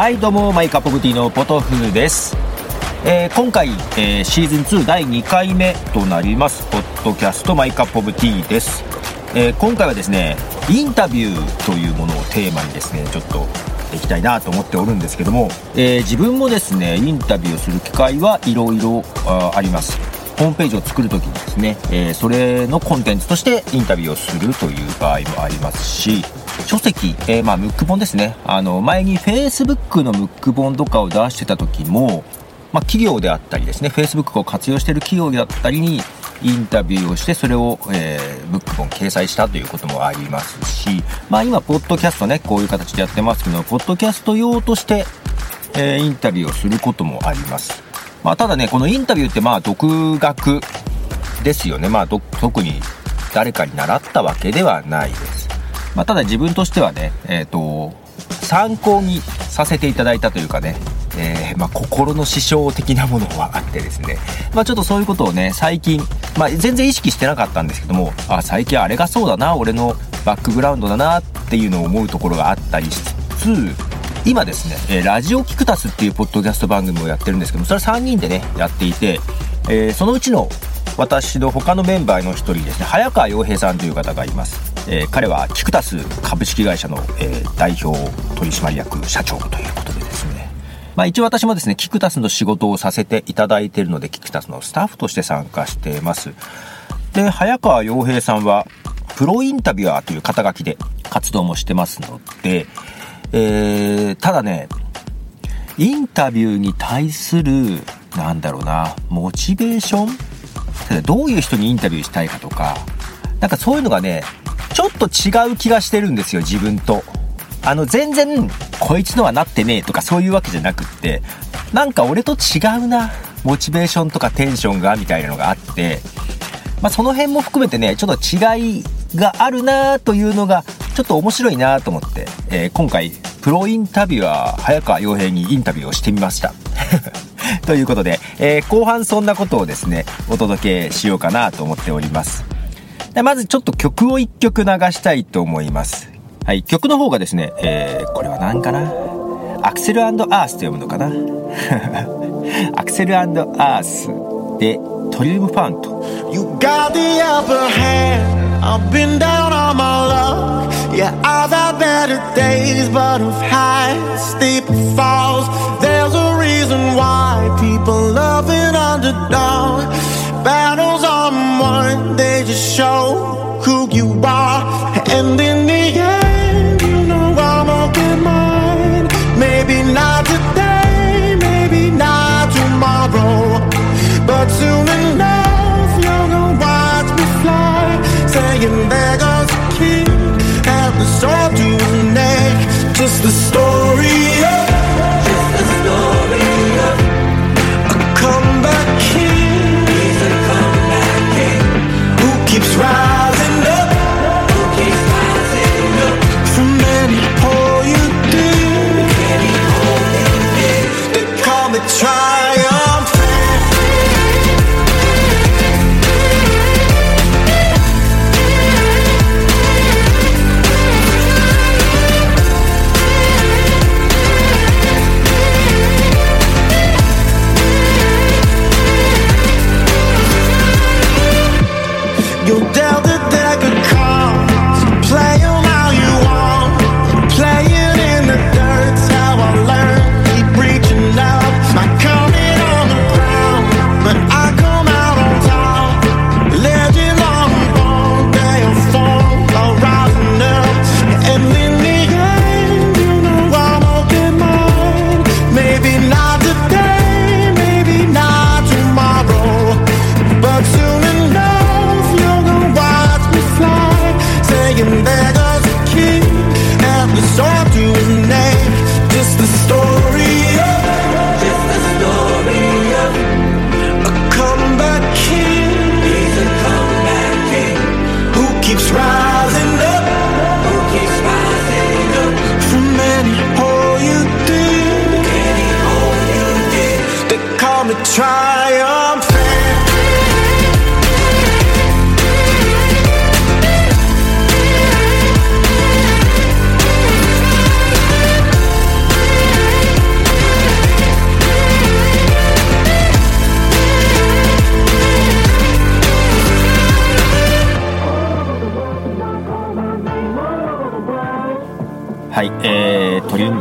はいどうもマイカップオブティーのポトフです。今回、シーズン2第2回目となりますポッドキャストマイカップオブティーです。今回はですねインタビューというものをテーマにですねちょっといきたいなと思っておるんですけども、自分もですねインタビューをする機会はいろいろあります。ホームページを作るときにですね、それのコンテンツとしてインタビューをするという場合もありますし、書籍、ムック本ですね。前に Facebook のムック本とかを出してた時も、企業であったりですね Facebook を活用している企業だったりにインタビューをしてそれを、ムック本掲載したということもありますし、今ポッドキャストねこういう形でやってますけどポッドキャスト用として、インタビューをすることもあります。ただねこのインタビューって独学ですよね。特に誰かに習ったわけではないです。ただ自分としてはね参考にさせていただいたというかね、心の支障的なものはあってですね、ちょっとそういうことをね最近、全然意識してなかったんですけども、最近あれがそうだな俺のバックグラウンドだなっていうのを思うところがあったりしつつ、今ですね、ラジオキクタスっていうポッドキャスト番組をやってるんですけども、それは3人でねやっていて、そのうちの私の他のメンバーの一人ですね早川洋平さんという方がいます。彼はキクタス株式会社の、代表取締役社長ということでですね、一応私もですねキクタスの仕事をさせていただいているのでキクタスのスタッフとして参加しています。で早川洋平さんはプロインタビュアーという肩書きで活動もしてますので、ただねインタビューに対するモチベーション、どういう人にインタビューしたいかとかそういうのがねちょっと違う気がしてるんですよ自分と。全然こいつのはなってねえとかそういうわけじゃなくって、俺と違うなモチベーションとかテンションがみたいなのがあって、その辺も含めてねちょっと違いがあるなというのがちょっと面白いなと思って、今回プロインタビュアー早川洋平にインタビューをしてみましたということで、後半そんなことをですねお届けしようかなと思っております。でまずちょっと曲を1曲流したいと思います。はい、曲の方がですね、これは何かな、アクセル&アースと読むのかなアクセル&アースでトリウムファント。 You got the upper hand, I've been down on my luck. Yeah, I've had better days, but I've had steep falls. There's a reason why people love an underdog. Battles on one, they just show who you are. And in the end, you know I'ma get mine. Maybe not today, maybe not tomorrow, but soon enough you're gonna watch me fly. Saying there goes a king and the sword to his neck. Just the story of a comeback king. He's a comeback king who keeps rising up, from any hole you dig. They call me triumphant. You're dealt the deck of cards, play 'em how you want. Play it in the dirt's how I learned. Keep reaching out, not counting on the ground, but I come out on top. Legend on the bone, they'll fall, I'll rising up. And in the end, you know I'ma get mine. Maybe not today, maybe not tomorrow, but soon enough you're gonna watch me fly. Saying there goes a king and the sword to his neck. Just the story of a comeback king. He's a comeback king who keeps rising up, from any hole you dig. They call me triumphant.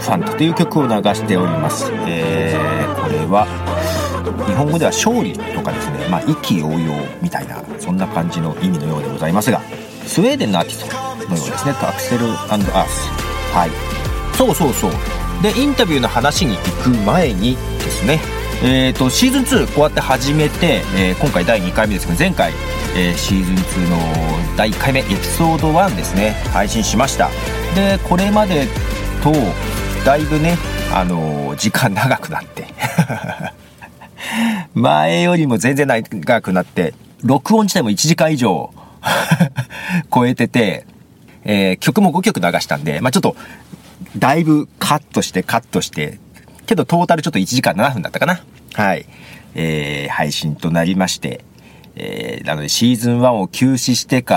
ファントという曲を流しております。これは日本語では勝利とかですね、意気揚々みたいなそんな感じの意味のようでございますが、スウェーデンのアーティストのようですね。アクセル&アース。はい。そうでインタビューの話に行く前にですね、シーズン2こうやって始めて、今回第2回目ですが、前回、シーズン2の第1回目エピソード1ですね、配信しました。でこれまでとだいぶね、時間長くなって前よりも全然長くなって、録音自体も1時間以上超えてて、曲も5曲流したんで、ちょっとだいぶカットしてけどトータルちょっと1時間7分だったかな。はい、配信となりまして、なのでシーズン1を休止してから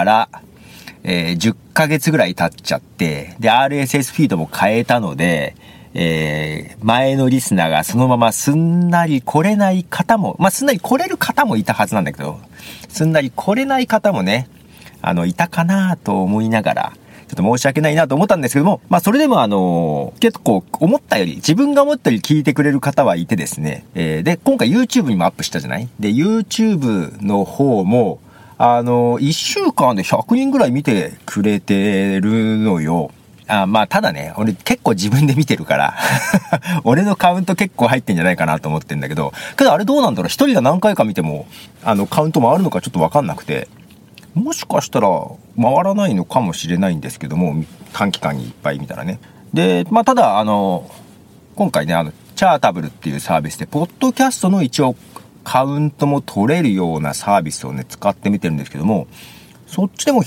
、10ヶ月ぐらい経っちゃって、で RSS フィードも変えたので、前のリスナーがそのまますんなり来れない方も、すんなり来れる方もいたはずなんだけど、すんなり来れない方もね、いたかなと思いながら、ちょっと申し訳ないなと思ったんですけども、それでも結構自分が思ったより聞いてくれる方はいてですね、で、今回 YouTube にもアップしたじゃない？で、YouTube の方も、1週間で100人ぐらい見てくれてるのよ。ただね、俺結構自分で見てるから俺のカウント結構入ってんじゃないかなと思ってんだけど、あれどうなんだろう、一人が何回か見てもカウント回るのかちょっと分かんなくて、もしかしたら回らないのかもしれないんですけども、短期間にいっぱい見たらね。でただ今回ね、チャータブルっていうサービスでポッドキャストの一応カウントも取れるようなサービスをね使ってみてるんですけども、そっちでも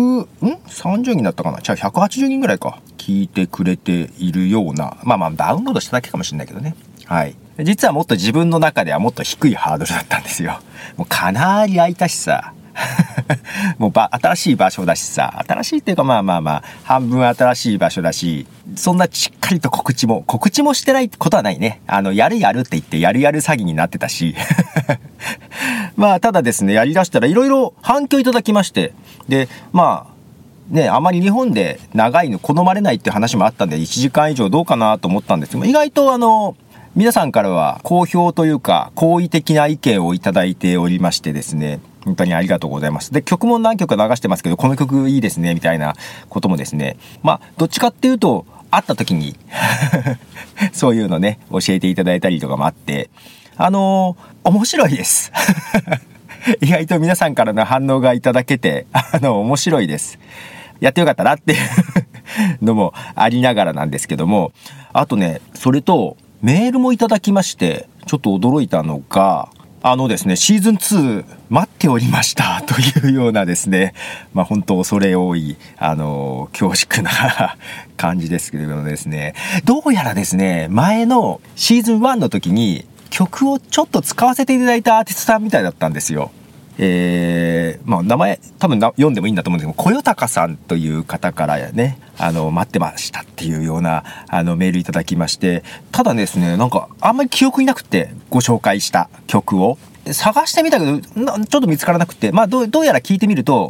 130人だったかな、180人ぐらいか聞いてくれているような、ダウンロードしただけかもしれないけどね。はい。実はもっと自分の中ではもっと低いハードルだったんですよ。もうかなり空いたしさもう新しい場所だしさ、新しいっていうか半分新しい場所だし、そんなしっかりと告知もしてないことはないね。やるって言ってやる詐欺になってたしただですね、やりだしたらいろいろ反響いただきまして、でね、あまり日本で長いの好まれないっていう話もあったんで、1時間以上どうかなと思ったんですけど、意外と皆さんからは好評というか好意的な意見をいただいておりましてですね、本当にありがとうございます。で、曲も何曲か流してますけど、この曲いいですねみたいなこともですね、どっちかっていうと会った時にそういうのね教えていただいたりとかもあって、面白いです意外と皆さんからの反応がいただけて面白いです。やってよかったなっていうのもありながらなんですけども、あとね、それとメールもいただきまして、ちょっと驚いたのがですね、シーズン2待っておりましたというようなですね、本当恐れ多い恐縮な感じですけれどもですね、どうやらですね、前のシーズン1の時に曲をちょっと使わせていただいたアーティストさんみたいだったんですよ。名前多分読んでもいいんだと思うんですけど、こよたかさんという方からね、待ってましたっていうようなメールいただきまして、ただですね、あんまり記憶になくて、ご紹介した曲を探してみたけどちょっと見つからなくて、どうやら聞いてみると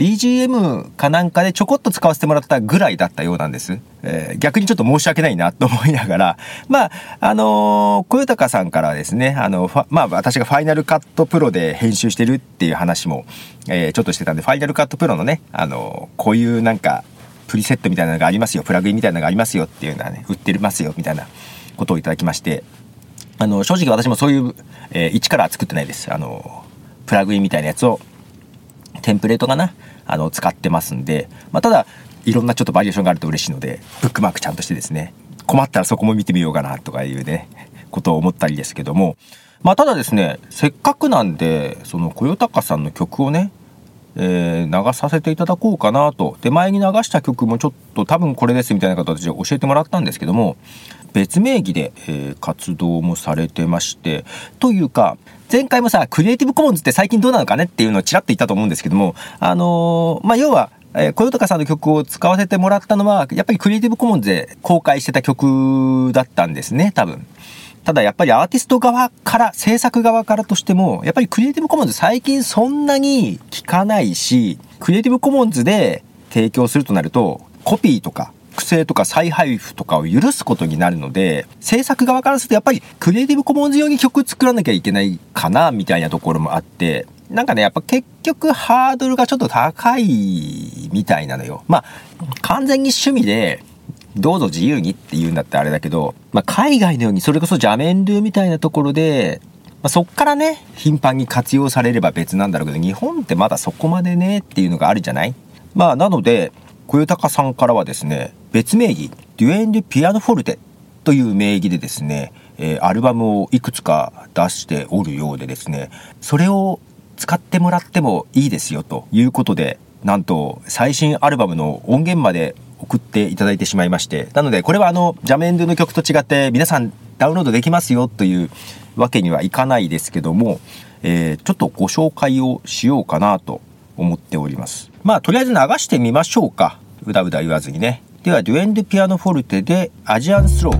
BGM かなんかでちょこっと使わせてもらったぐらいだったようなんです。逆にちょっと申し訳ないなと思いながら、小よたかさんからはですね、私がファイナルカットプロで編集してるっていう話も、ちょっとしてたんで、ファイナルカットプロのね、こういうプリセットみたいなのがありますよ、プラグインみたいなのがありますよっていうのはね、売ってますよみたいなことをいただきまして、正直私もそういう、一からは作ってないです。プラグインみたいなやつをテンプレートかな、使ってますんで、ただいろんなちょっとバリエーションがあると嬉しいので、ブックマークちゃんとしてですね、困ったらそこも見てみようかなとかいうねことを思ったりですけども、ただですね、せっかくなんでそのこよたかさんの曲をね、流させていただこうかなと。で、前に流した曲もちょっと多分これですみたいな形で教えてもらったんですけども、別名義で、活動もされてまして、というか前回もさ、クリエイティブコモンズって最近どうなのかねっていうのをちらっと言ったと思うんですけども、要はこよたかさんの曲を使わせてもらったのはやっぱりクリエイティブコモンズで公開してた曲だったんですね、多分。ただやっぱりアーティスト側から、制作側からとしても、やっぱりクリエイティブコモンズ最近そんなに聞かないし、クリエイティブコモンズで提供するとなるとコピーとか複製とか再配布とかを許すことになるので、制作側からするとやっぱりクリエイティブコモンズ用に曲作らなきゃいけないかなみたいなところもあって、なんかねやっぱ結局ハードルがちょっと高いみたいなのよ。まあ完全に趣味でどうぞ自由にって言うんだってあれだけど、まあ海外のようにそれこそジャメンドゥみたいなところで、そっからね頻繁に活用されれば別なんだろうけど、日本ってまだそこまでねっていうのがあるじゃない。まあなので小豊さんからはですね、別名義デュエンデュピアノフォルテという名義でですね、アルバムをいくつか出しておるようでですね、それを使ってもらってもいいですよということで、なんと最新アルバムの音源まで送っていただいてしまいまして、なのでこれはジャメンドゥの曲と違って皆さんダウンロードできますよというわけにはいかないですけども、ちょっとご紹介をしようかなと思っております。まあとりあえず流してみましょうか、うだうだ言わずにね。ではデュエンデュピアノフォルテでアジアンスロー。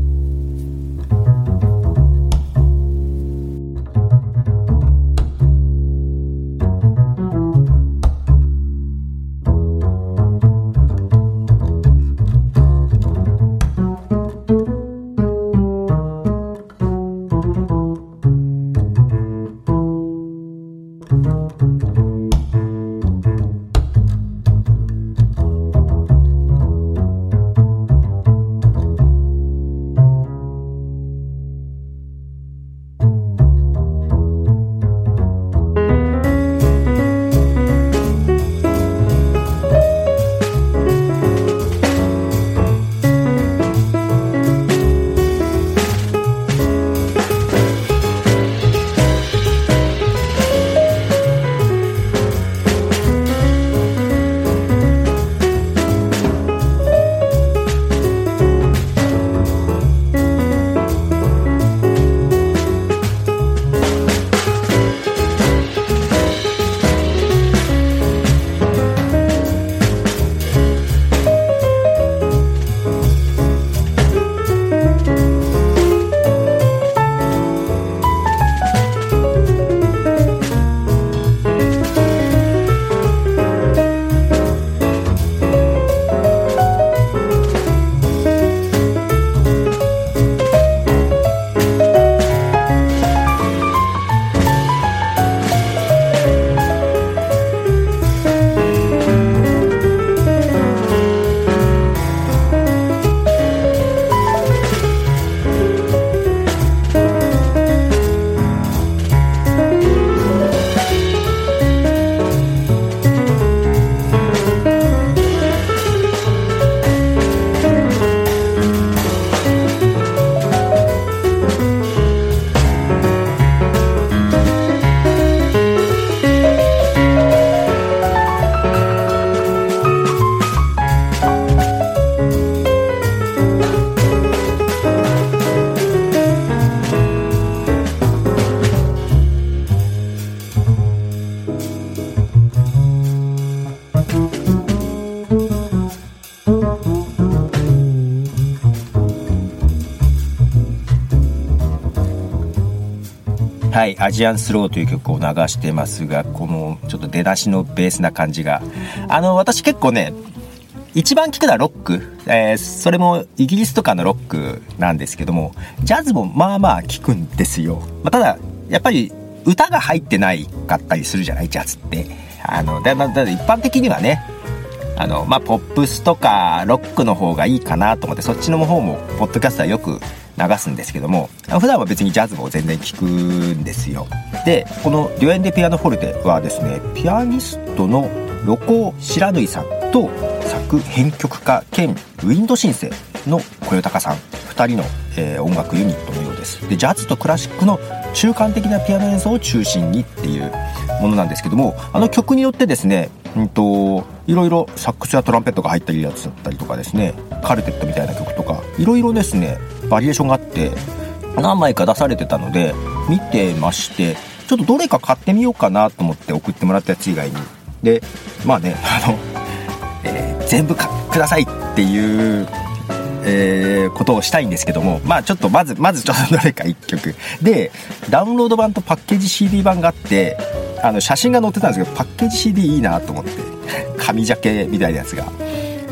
はい、アジアンスローという曲を流してますが、このちょっと出だしのベースな感じが、私結構ね一番聴くのはロック、それもイギリスとかのロックなんですけども、ジャズもまあまあ聴くんですよ。ただやっぱり歌が入ってないかったりするじゃない、ジャズって。だ一般的にはね、ポップスとかロックの方がいいかなと思って、そっちの方もポッドキャストはよく流すんですけども、普段は別にジャズも全然聴くんですよ。で、このデュエンデピアノフォルテはですね、ピアニストのロコ・シラヌイさんと作編曲家兼ウィンドシンセの小豊さん2人の、音楽ユニットのようです。で、ジャズとクラシックの中間的なピアノ演奏を中心にっていうものなんですけども、曲によってですね、いろいろサックスやトランペットが入ったりやつだったりとかですね、カルテットみたいな曲とかいろいろですねバリエーションがあって何枚か出されてたので見てまして、ちょっとどれか買ってみようかなと思って送ってもらったやつ以外に。でまあね全部くださいっていうことをしたいんですけども、ちょっとまずちょっとどれか1曲で、ダウンロード版とパッケージ CD 版があって、写真が載ってたんですけど、パッケージ CD いいなと思って、紙ジャケみたいなやつが、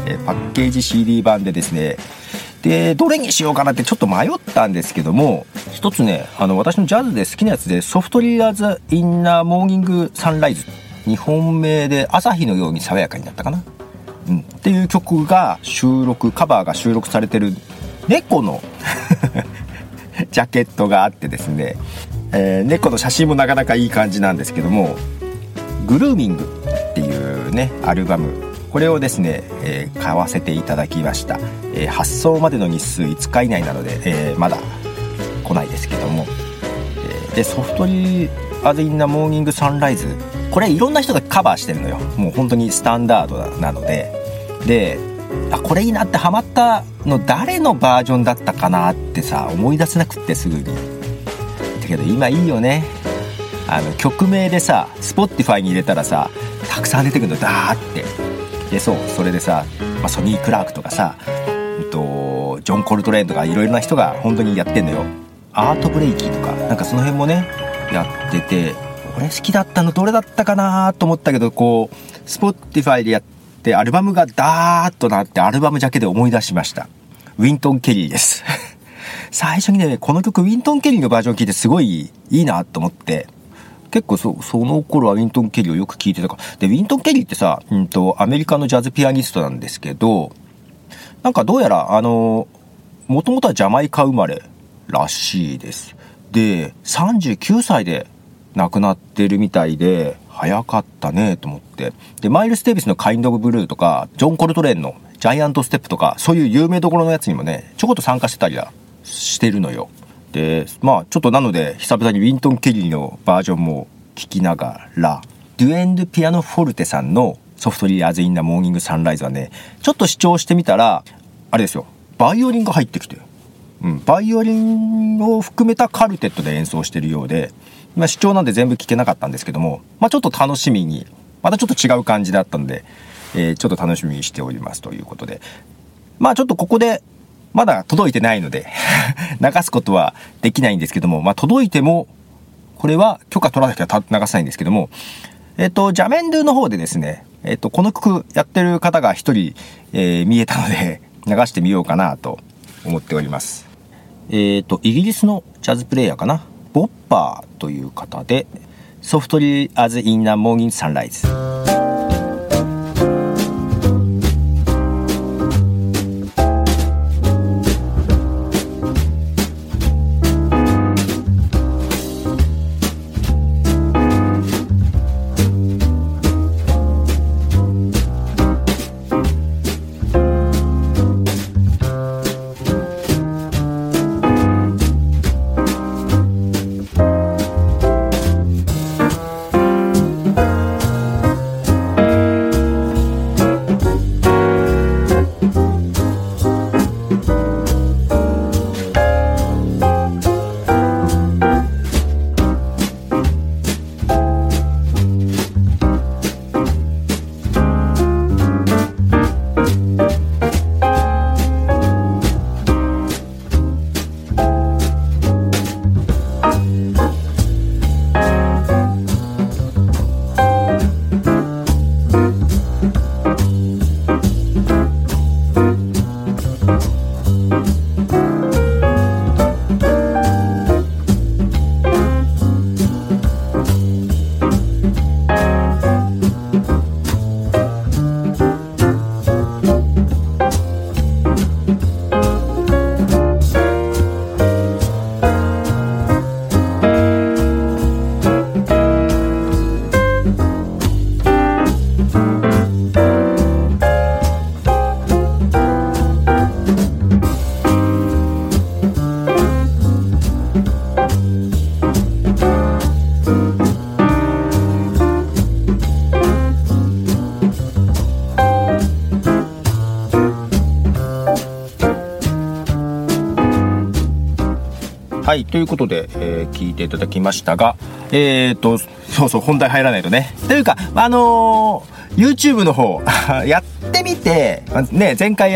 パッケージ CD 版でですね、でどれにしようかなってちょっと迷ったんですけども、一つね私のジャズで好きなやつでソフトリーアズインナーモーニングサンライズ、日本名で朝日のように爽やかになったかな、っていう曲がカバーが収録されてる猫のジャケットがあってですね、猫の写真もなかなかいい感じなんですけども、グルーミングっていうねアルバム、これをですね、買わせていただきました。発送までの日数5日以内なので、まだ来ないですけども、でソフトリーアズインナーモーニングサンライズ、これいろんな人がカバーしてるのよ。もう本当にスタンダードなので、これいいなってハマったの誰のバージョンだったかなってさ思い出せなくってすぐに。だけど今いいよね、曲名でさ Spotify に入れたらさたくさん出てくるのダーって。でそれでさ、ソニー・クラークとかさ、ジョン・コルトレーンとかいろいろな人が本当にやってんのよ。アート・ブレイキーとかなんかその辺もねやってて、俺好きだったのどれだったかなと思ったけど、こう Spotify でやってアルバムがダーッとなってアルバムだけで思い出しました。ウィントン・ケリーです最初にねこの曲ウィントン・ケリーのバージョン聴いてすごいいいなと思って、結構その頃はウィントン・ケリーをよく聴いてたから。でウィントン・ケリーってさ、アメリカのジャズピアニストなんですけど、なんかどうやらもともとはジャマイカ生まれらしいです。で39歳で亡くなってるみたいで早かったねと思って。でマイルス・デイビスのカインド・オブ・ブルーとかジョン・コルトレーンのジャイアント・ステップとか、そういう有名どころのやつにもねちょこっと参加してたりはしてるのよ。でちょっとなので久々にウィントン・ケリーのバージョンも聴きながら、デュエンド・ピアノ・フォルテさんのソフトリーアズインナーモーニングサンライズはねちょっと視聴してみたらあれですよ、バイオリンが入ってきて、バイオリンを含めたカルテットで演奏してるようで、視聴なんで全部聴けなかったんですけども、ちょっと楽しみに、またちょっと違う感じだったので、ちょっと楽しみにしておりますということで、ちょっとここでまだ届いてないので流すことはできないんですけども、届いてもこれは許可取らなきゃ流せないんですけども、ジャメンドゥの方でですね、この曲やってる方が一人、見えたので流してみようかなと思っております。イギリスのジャズプレイヤーかな、ボッパーという方でソフトリーアズインナーモーニングサンライズ。はい、ということで、聞いていただきましたが、そう本題入らないとね。というか、YouTube の方やってみて、ね、前回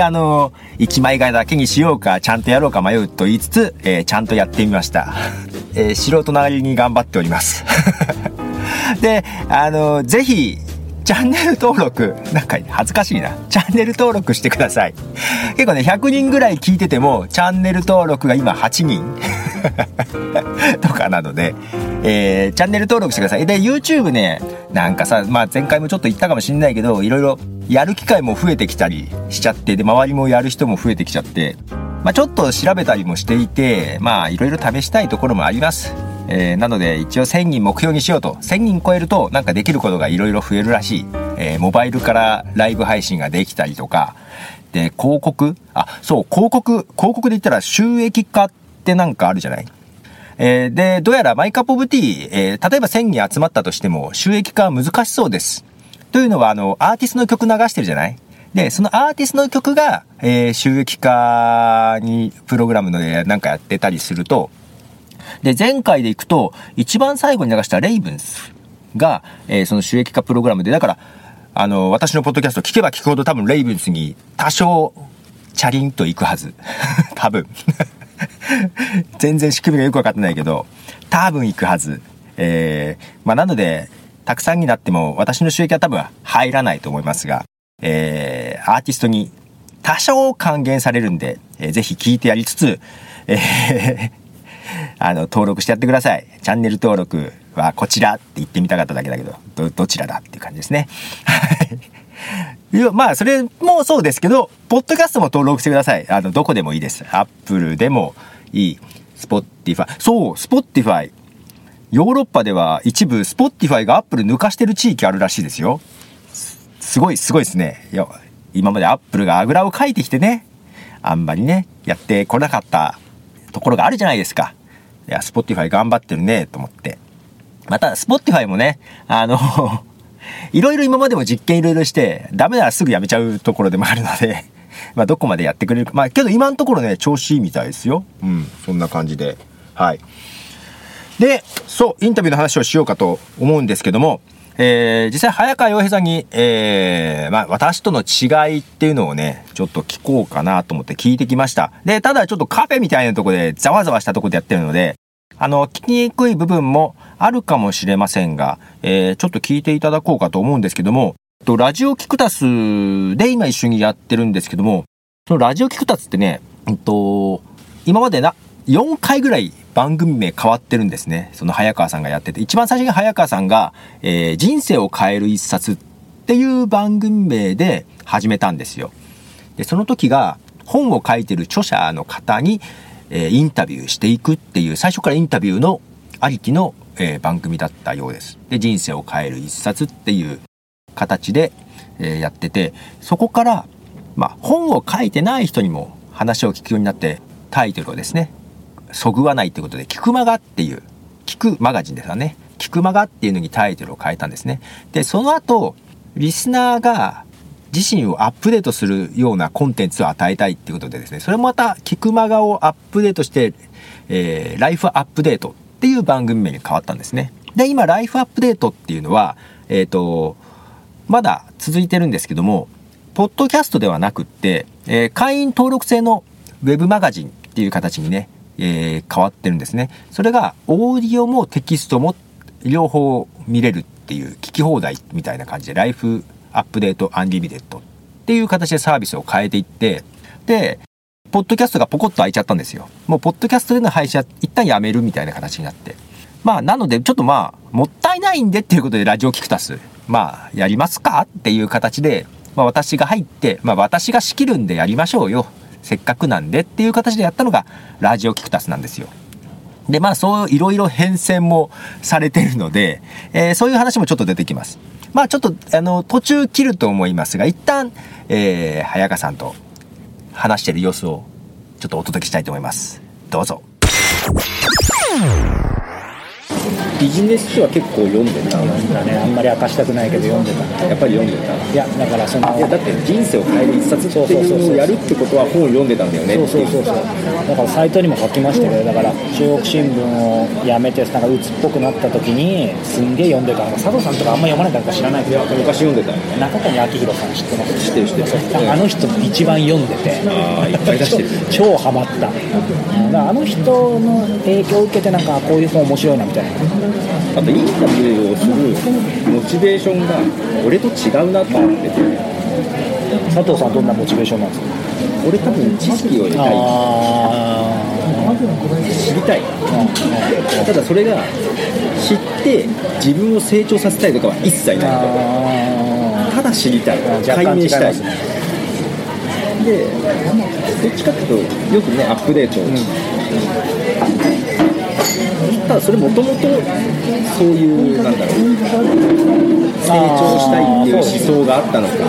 1枚替えだけにしようかちゃんとやろうか迷うと言いつつ、ちゃんとやってみました。素人なりに頑張っておりますで、ぜひチャンネル登録、なんか恥ずかしいな。チャンネル登録してください。結構ね、100人ぐらい聞いてても、チャンネル登録が今8人とかなので、チャンネル登録してください。で、YouTube ね、なんかさ、まあ前回もちょっと言ったかもしれないけど、いろいろやる機会も増えてきたりしちゃって、で、周りもやる人も増えてきちゃって、まあちょっと調べたりもしていて、まあいろいろ試したいところもあります。なので一応1000人目標にしようと。1000人超えるとなんかできることがいろいろ増えるらしい。モバイルからライブ配信ができたりとか、で、広告で言ったら収益化ってなんかあるじゃない。で、どうやらマイカップオブティー、例えば1000人集まったとしても収益化は難しそうです。というのはアーティストの曲流してるじゃない。で、そのアーティストの曲が、収益化にプログラムでなんかやってたりすると、で、前回でいくと、一番最後に流したレイブンスが、その収益化プログラムで、だから、私のポッドキャスト聞けば聞くほど多分レイブンスに多少、チャリンと行くはず。多分。全然仕組みがよくわかってないけど、多分行くはず。まあ、なので、たくさんになっても私の収益は多分入らないと思いますが、アーティストに多少還元されるんで、ぜひ聞いてやりつつ、登録してやってください。チャンネル登録はこちらって言ってみたかっただけだけど、どちらだっていう感じですね。まあ、それもそうですけど、ポッドキャストも登録してください。どこでもいいです。Apple でもいい。Spotify。そう、Spotify。ヨーロッパでは一部 Spotify が Apple 抜かしてる地域あるらしいですよ。すごいですね。今まで Apple があぐらをかいてきてね、あんまりね、やってこなかったところがあるじゃないですか。いや、Spotify 頑張ってるね、と思って。また、Spotify もね、いろいろ今までも実験いろいろして、ダメならすぐやめちゃうところでもあるので、まあ、どこまでやってくれるか。まあ、けど今のところね、調子いいみたいですよ。うん、そんな感じで。はい。で、そう、インタビューの話をしようかと思うんですけども、実際、早川洋平さんに、まあ、私との違いっていうのをね、ちょっと聞こうかなと思って聞いてきました。で、ただちょっとカフェみたいなところで、ざわざわしたところでやってるので、聞きにくい部分もあるかもしれませんが、ちょっと聞いていただこうかと思うんですけども、ラジオキクタスで今一緒にやってるんですけども、そのラジオキクタスってね、今まで4回ぐらい番組名変わってるんですね。その早川さんがやってて、一番最初に早川さんが、人生を変える一冊っていう番組名で始めたんですよ。で、その時が本を書いてる著者の方に、インタビューしていくっていう、最初からインタビューのありきの、番組だったようです。で、人生を変える一冊っていう形で、やってて、そこから、まあ、本を書いてない人にも話を聞くようになって、タイトルをですね、そぐわないってことで、聞くマガっていう、聞くマガジンですよね。聞くマガっていうのにタイトルを変えたんですね。で、その後、リスナーが自身をアップデートするようなコンテンツを与えたいっていうことでですね、それもまた、聞くマガをアップデートして、ライフアップデートっていう番組名に変わったんですね。で、今、ライフアップデートっていうのは、まだ続いてるんですけども、ポッドキャストではなくって、会員登録制のウェブマガジンっていう形にね、変わってるんですね。それがオーディオもテキストも両方見れるっていう聞き放題みたいな感じで、ライフアップデートアンリミテッドっていう形でサービスを変えていって、で、ポッドキャストがポコッと開いちゃったんですよ。もうポッドキャストでの配信は一旦やめるみたいな形になって、まあなのでちょっとまあもったいないんでっていうことで、ラジオキクタスまあやりますかっていう形で、まあ私が入って、まあ私が仕切るんでやりましょうよ、せっかくなんでっていう形でやったのがラジオキクタスなんですよ。で、まあそういろいろ変遷もされてるので、そういう話もちょっと出てきます。まあちょっと途中切ると思いますが、一旦、早川さんと話してる様子をちょっとお届けしたいと思います。どうぞ。ビジネス書は結構読んでたんだね。 あんまり明かしたくないけど読んでた。 やっぱり読んでた。 いや、だからその、 いやだって人生を変える一冊っていうのをやるってことは本を読んでたんだよね。 そうだからサイトにも書きましたけど、だから中国新聞を辞めてなんか鬱っぽくなった時にすんげえ読んでた。佐藤さんとかあんま読まないから知らないけど、 昔読んでたよね。 中谷明宏さん知ってます？ 知ってる。 あの人一番読んでて、 ああ、いっぱい出してる。 超ハマった。だからあの人の影響を受けて、なんかこういう本面白いなみたいなあとインタビューをするモチベーションが俺と違うなと思ってて、 佐藤さんどんなモチベーションなんですか？ 俺多分知識を得たい、知りたい、ただそれが知って自分を成長させたいとかは一切ないと、ただ知りたい、解明したいで、どっちかっていうとよくねアップデート、ただそれもともとそういうなんだろう成長したいっていう思想があったのか、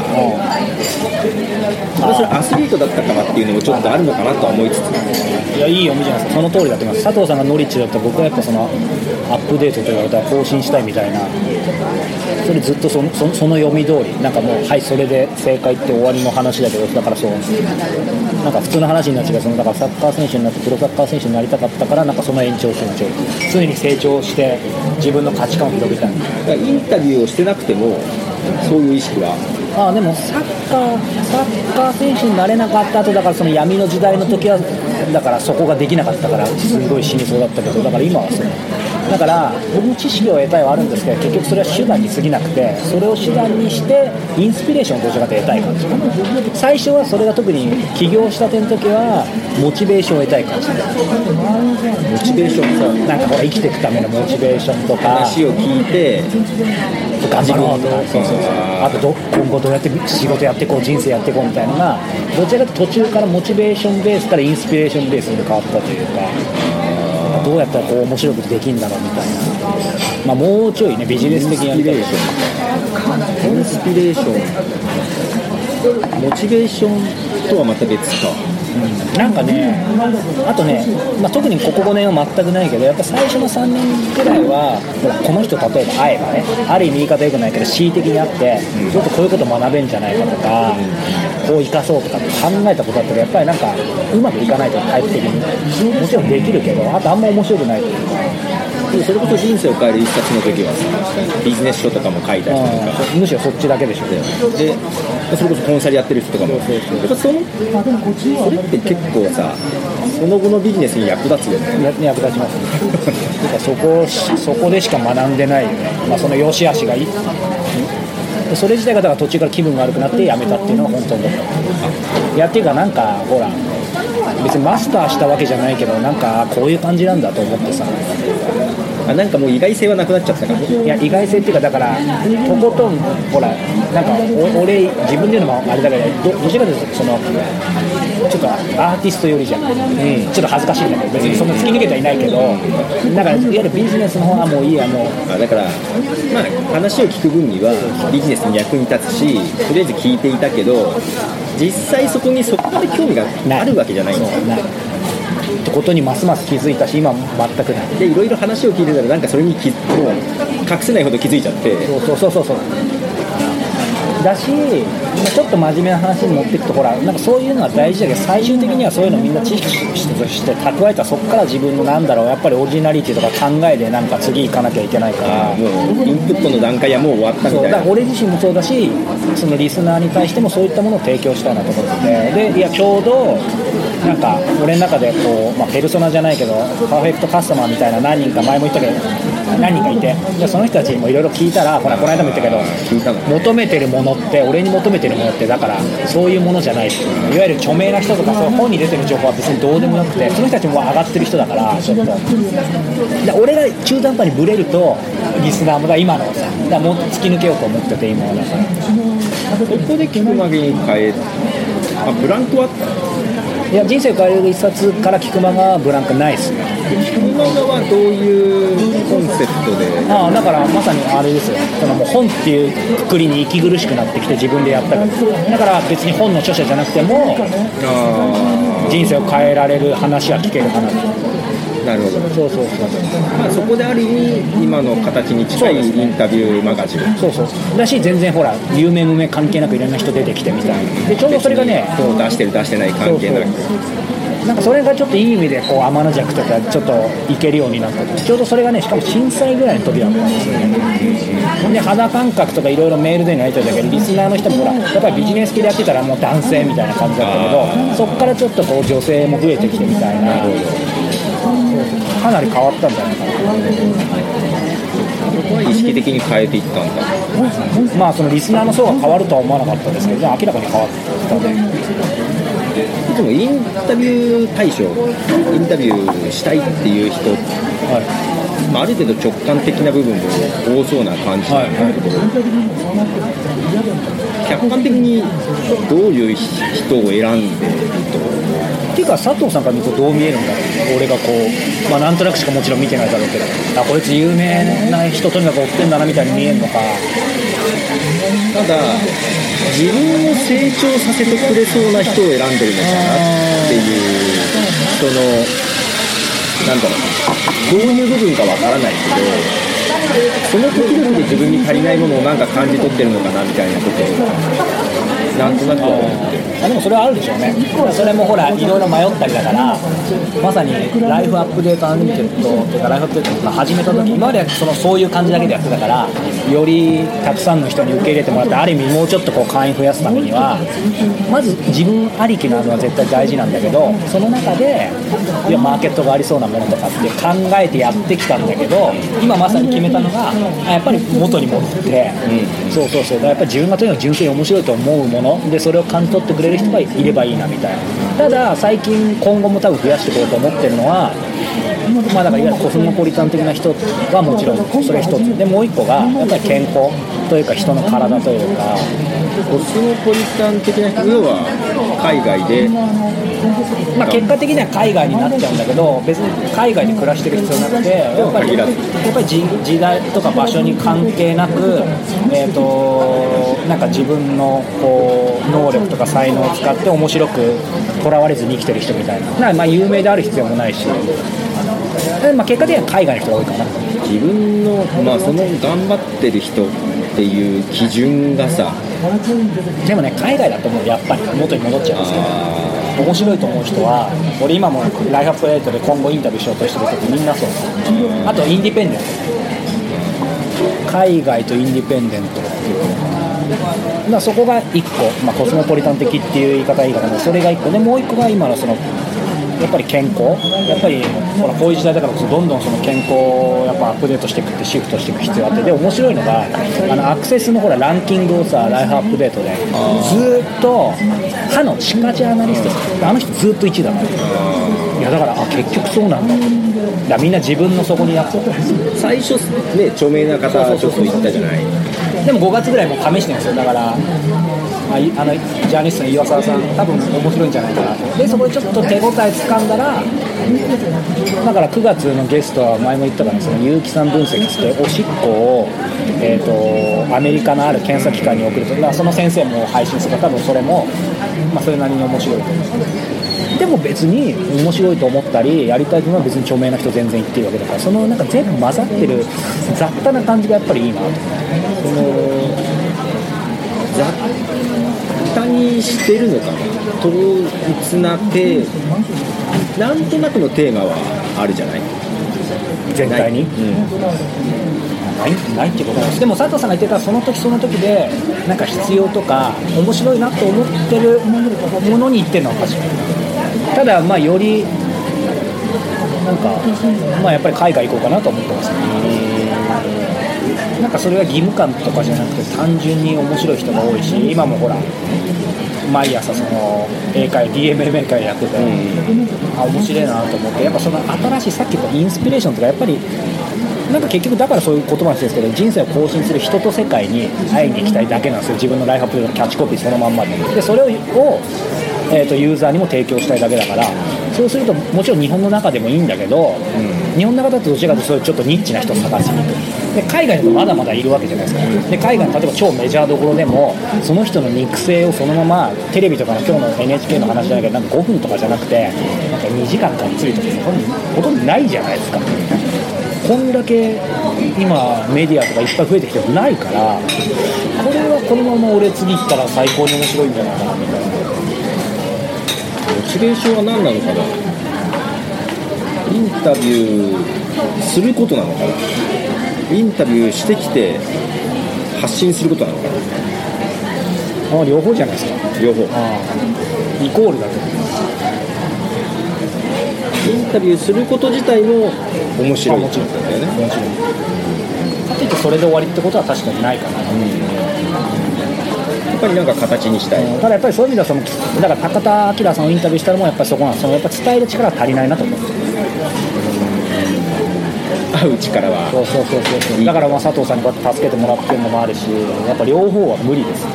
それアスリートだったからっていうのもちょっとあるのかなとは思いつつ、 いやいい読みじゃないですか。その通りだと思います。佐藤さんがノリッチだったら僕はやっぱそのアップデートと言われたら更新したいみたいな、それずっとその読み通りなんかもうはいそれで正解って終わりの話だけど、だからそうなんか普通の話になっちゃうけど、だからサッカー選手になってプロサッカー選手になりたかったからなんかその延長線上常に成長して自分の価値観を広げたい。 インタビューをしてなくてもそういう意識はでもサッカー選手になれなかった後だから、その闇の時代の時はだからそこができなかったからすごい死にそうだったけど、だから今はそうだから僕も知識を得たいはあるんですけど、結局それは手段に過ぎなくて、それを手段にしてインスピレーションをどちらかと得たい感じ。最初はそれが特に起業したての時はモチベーションを得たい感じ。 モチベーションさ、 なんかほら生きていくためのモチベーションとか話を聞いて頑張ろうとか、あと今後どうやって仕事やっていこう、人生やっていこうみたいなのがどちらかというと途中からモチベーションベースからインスピレーションベースに変わったというか、どうやったらこう面白いことできるんだろうみたいな、もうちょいねビジネス的にやりたい。インスピレーション、モチベーションとはまた別か。 なんかね、あとね、特にここ5年は全くないけど、やっぱ最初の3年ぐらいはこの人例えば会えばね、ある意味言い方良くないけど恣意的にあって、ちょっとこういうこと学べんじゃないかとか、こう生かそうとかって考えたことだったらやっぱりなんかうまくいかないとタイプ的にもちろんできるけど、あとあんま面白くないというか。 それこそ人生を変える一冊の時はさ、ビジネス書とかも書いたりとか、 むしろそっちだけでしょ。 でそれこそコンサルやってる人とかも、やっぱそれって結構さ、その後のビジネスに役立つよね。 役立ちますね。そこでしか学んでないよね。その良し悪しがいい。それ自体がだから途中から気分が悪くなってやめたっていうのが本当に。いやっていうかなんかほら。別にマスターしたわけじゃないけど、なんかこういう感じなんだと思ってさ、 なんかもう意外性はなくなっちゃったから。 いや意外性っていうか、だからとことんほらなんか俺自分で言うのもあれだけど、どちらかというとそのちょっとアーティスト寄りじゃん、ちょっと恥ずかしいんだけど、別にそんな突き抜けてはいないけど、なんかいわゆるビジネスの方はもういいや、もうだから話を聞く分にはビジネスに役に立つし、とりあえず聞いていたけど、実際そこにそこまで興味があるわけじゃないんですよ。 ってことにますます気づいたし、今全くないで、いろいろ話を聞いてたらなんかそれにもう隠せないほど気づいちゃって、 そうだし、ちょっと真面目な話に持っていくと、ほらなんかそういうのは大事だけど、最終的にはそういうのみんな知識として蓄えたら、そこから自分のなんだろう、やっぱりオリジナリティとか考えでなんか次行かなきゃいけないから、 もうインプットの段階はもう終わったみたいな。 だから俺自身もそうだし、そのリスナーに対してもそういったものを提供したいなと思ってて、でいやちょうどなんか俺の中でこう、ペルソナじゃないけどパーフェクトカスタマーみたいな何人か前も言ったけど何人かいて、でその人たちにもいろいろ聞いたら、ほらこの間も言ったけど、求めてるものって俺に求めてるものってだからそういうものじゃない、いわゆる著名な人とかそう本に出てる情報は別にどうでもよくて、その人たちも上がってる人だから、ちょっとで俺が中途半端にブレるとリスナーもだ今のさだもっと突き抜けようと思ってて、今はだからここで聞くまでに変えブランクはあった？ いや人生を変える一冊から聞く間がブランクないっすね。 聞く間はどういうコンセプトで？ だからまさにあれですよ、そのもう本っていうくくりに息苦しくなってきて自分でやったから、だから別に本の著者じゃなくても人生を変えられる話は聞ける話。 なるほど。 そうそこである意味今の形に近いインタビューマガジン。 そうだし、全然ほら有名無名関係なくいろんな人出てきてみたいな。でちょうどそれがね、 こう出してる出してない関係なく、 なんかそれがちょっといい意味でこう天の弱とかちょっといけるようになった。ちょうどそれがね、しかも震災ぐらいの時だったんですよね。で肌感覚とかいろいろメールでのやり取りだけど、リスナーの人もほらやっぱりビジネス系でやってたらもう男性みたいな感じだったけど、そこからちょっとこう女性も増えてきてみたいな、かなり変わったんじゃないかな。 こは意識的に変えていったんだ。 まあそのリスナーの層が変わるとは思わなかったですけど、明らかに変わったね。 でもインタビュー対象、インタビューしたいっていう人、まあ、ある程度直感的な部分も多そうな感じなんだけど、客観的にどういう人を選んでると。 っていうか佐藤さんから見るとどう見えるんだろう。俺がこう、まあなんとなくしかもちろん見てないだろうけど、あ、こいつ有名な人とにかく追ってんだなみたいに見えるのか。 ただ自分を成長させてくれそうな人を選んでるのかなっていう人の、なんだろう、どういう部分かわからないけど、その時々で自分に足りないものをなんか感じ取ってるのかなみたいなことをなんとなく思ってる。 でもそれはあるでしょうね。それもほらいろいろ迷ったりだから、まさにライフアップデートアンリミテッドというかライフアップデートを始めた時、今まではそういう感じだけでやってたから、よりたくさんの人に受け入れてもらって、ある意味もうちょっとこう会員増やすためにはまず自分ありきなのは絶対大事なんだけど、その中でいやマーケットがありそうなものとかって考えてやってきたんだけど、今まさに決めたのがやっぱり元に戻って、そうそうそう、やっぱり自分がとにかく純粋に面白いと思うもので、それを感じ取ってくれる人がいればいいなみたいな。ただ最近今後も多分増やしていこうと思ってるのは、まあだからいわゆるコスモポリタン的な人はもちろんそれ一つで、もう一個がやっぱり健康というか人の体というか、 コスモポリタン的な人、要は海外で、 まあ、結果的には海外になっちゃうんだけど、別に海外で暮らしてる必要なくて、やっぱり時代とか場所に関係なく、なんか自分のこう能力とか才能を使って面白くとらわれずに生きてる人みたいな、まあ有名である必要もないし、まあ、結果的には海外の人が多いかな。 自分の、まあ、その頑張ってる人っていう基準がさ、 でもね海外だともうやっぱり元に戻っちゃうんですよ。面白いと思う人は、俺今もライフアップデートで今後インタビューしようとしてる人ってみんなそう。あとインディペンデント、海外とインディペンデントっていうのが、そこが1個、まあ、コスモポリタン的っていう言い方はいいかな、それが1個で、もう1個が今のそのやっぱり健康、やっぱりほらこういう時代だからこそどんどんその健康をやっぱアップデートしていくってシフトしていく必要があって、で面白いのがアクセスのほらランキングをさ、ライフアップデートでずっと歯の歯科ジャーナリストです、あの人ずっと1位だから、いやだから結局そうなんだと、だからみんな自分のそこにやっぱ最初ね著名な方ちょっと言ったじゃない。 でも5月ぐらいもう試してるんですよ。だからジャーナリストの岩沢さん多分面白いんじゃないかなと。でそこでちょっと手応え掴んだら、だから9月のゲストは前も言ったから、その結城さん分析っておしっこを、アメリカのある検査機関に送ると、だからその先生も配信するから多分それも、まあ、それなりに面白いと思う。でも別に面白いと思ったりやりたいのは別に著名な人全然言ってるわけだから、そのなんか全部混ざってる雑多な感じがやっぱりいいなと。 その雑多にしてるのかな、統一ななんとなくのテーマはあるじゃない、 全体に、ないってことなんです。でも佐藤さんが言ってたその時その時でなんか必要とか面白いなと思ってるものに言ってるのは確かに。ただまあよりなんかまあやっぱり海外行こうかなと思ってますね。なんかそれは義務感とかじゃなくて単純に面白い人が多いし、今もほら毎朝その英会 DMMA 会やってて、あ面白いなと思って、やっぱその新しいさっき言ったインスピレーションとかやっぱりなんか結局だからそういう言葉なんですけど、人生を更新する人と世界に会いに行きたいだけなんですよ。自分のライフアップデートのキャッチコピーそのまんまで、それをユーザーにも提供したいだけだから、そうするともちろん日本の中でもいいんだけど、日本の中だとどちらかというとそういうちょっとニッチな人を探しに行く。で海外だとまだまだいるわけじゃないですか。で海外の例えば超メジャーどころでもその人の肉声をそのままテレビとかの今日の NHK の話じゃないけどなんか5分とかじゃなくてなんか2時間かっつりとかほとんどないじゃないですか。こんだけ今メディアとかいっぱい増えてきてないから、これはこのまま俺次行ったら最高に面白いんじゃないかなみたいな。モチベーションは何なのかな。 インタビューすることなのかな、インタビューしてきて発信することなのかな。 両方じゃないですか。 両方イコールだと。 インタビューすること自体も面白いんだよね。 もちろん。かいってそれで終わりってことは確かにないかな、 やっぱりなんか形にしたい、 ただやっぱりそういう意味ではだから高田明さんをインタビューしたのもやっぱりそこなんです。やっぱ伝える力は足りないなと思うんですよ。 会う力はそうだから佐藤さんにこうやって助けてもらってるのもあるし、やっぱ両方は無理です。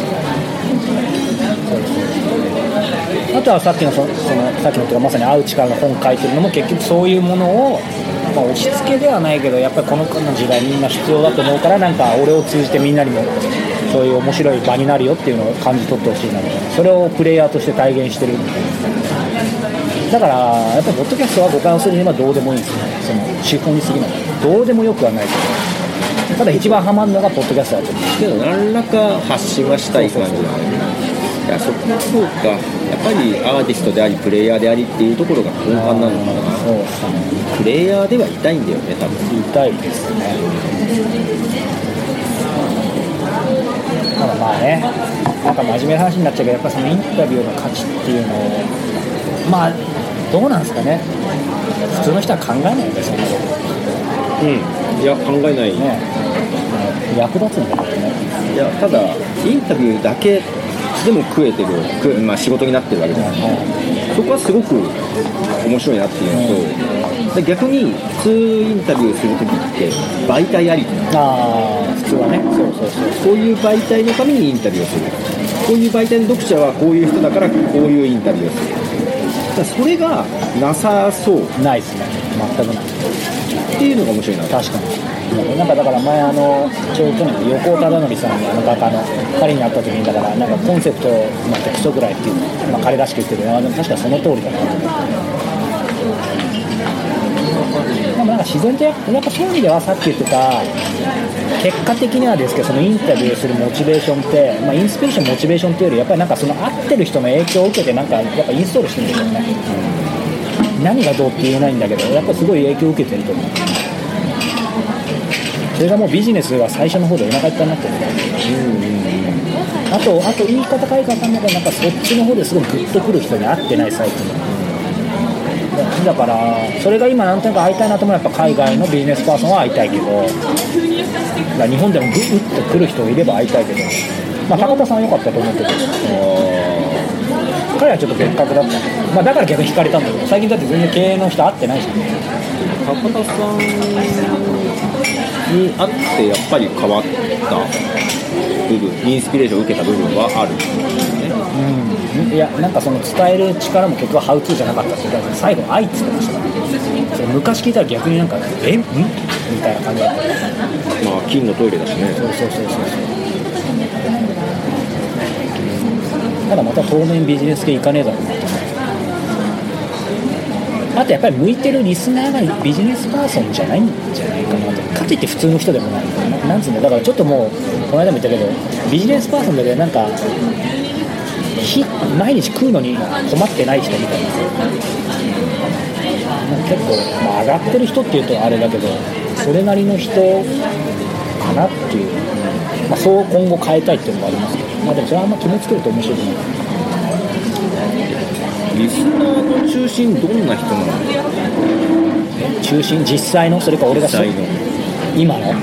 あとはさっきのさっきのとかまさに会う力の本書いてるのも結局そういうものを、押し付けではないけどやっぱりこの時代みんな必要だと思うから、なんか俺を通じてみんなにもそういう面白い場になるよっていうのを感じ取ってほしいなみたいな、それをプレイヤーとして体現してるみたいな。だからやっぱりポッドキャストは誤解をするにはどうでもいいんですよね。その手法に過ぎない、どうでもよくはないけど、ただ一番ハマるのがポッドキャストだと思うんですけど、何らか発信はしたい感じだね。いや、そうか、やっぱりアーティストでありプレイヤーでありっていうところが根幹なのかな。 そうですね、 プレイヤーではいたいんだよね、多分。 いたいですね。ただまあね、なんか真面目な話になっちゃうけど、やっぱそのインタビューの価値っていうのをまあどうなんですかね、普通の人は考えないよね、そんなこと。 いや、考えない、 ね、役立つんだけどね。 いや、ただインタビューだけでも食えてる、仕事になってるわけじゃない、そこはすごく面白いなっていうのと、逆に普通インタビューするときって媒体ありきなの。 普通はね、 こういう媒体のためにインタビューをする、こういう媒体の読者はこういう人だからこういうインタビューをする、だからそれがなさそう、 ないですね、全くないっていうのが面白いな。 確かに。なんかだから前ちょうど横尾忠則さんに画家の彼に会った時に、だからなんかコンセプトのクソぐらいっていう、彼らしく言ってる、でも確かにその通りだなと思って。でもなんか自然とやっぱそういう意味ではさっき言ってた結果的にはですけど、そのインタビューするモチベーションって、インスピレーションモチベーションっていうよりやっぱりなんかその会ってる人の影響を受けてなんかやっぱインストールしてるんですよね。何がどうって言えないんだけど、やっぱすごい影響を受けてると思う。それがもうビジネスが最初の方でお腹いっぱいになってる、あと言い方変え方の中でなんかそっちの方ですごいグッとくる人に会ってない最近だから、それが今なんとなく会いたいなと思うのはやっぱ海外のビジネスパーソンは会いたいけど、だから日本でもグッとくる人いれば会いたいけど、高田さんは良かったと思うけど、彼はちょっと別格だった、だから逆に惹かれたんだけど、最近だって全然経営の人会ってないじゃん。 高田さんに会ってやっぱり変わった部分、インスピレーションを受けた部分はある、 いや、なんかその伝える力も結局ハウツーじゃなかったって言ったら最後愛って言ってましたから、それ昔聞いたら逆になんかみたいな感じだった。 金のトイレだしね。 そうただまた当面ビジネス系いかねえだろうなと思って。あとやっぱり向いてるリスナーがビジネスパーソンじゃないんじゃないかなと。かといって普通の人でもない、なんつうんだ、だからちょっともうこの間も言ったけど、ビジネスパーソンだけどなんか毎日食うのに困ってない人みたいな、結構、上がってる人っていうとあれだけど、それなりの人かなっていう、そう今後変えたいっていうのもありますけど、でもそれはあんま決めつけると面白くない。 リスナーの中心どんな人なの？ 中心、実際の、それか俺が今の、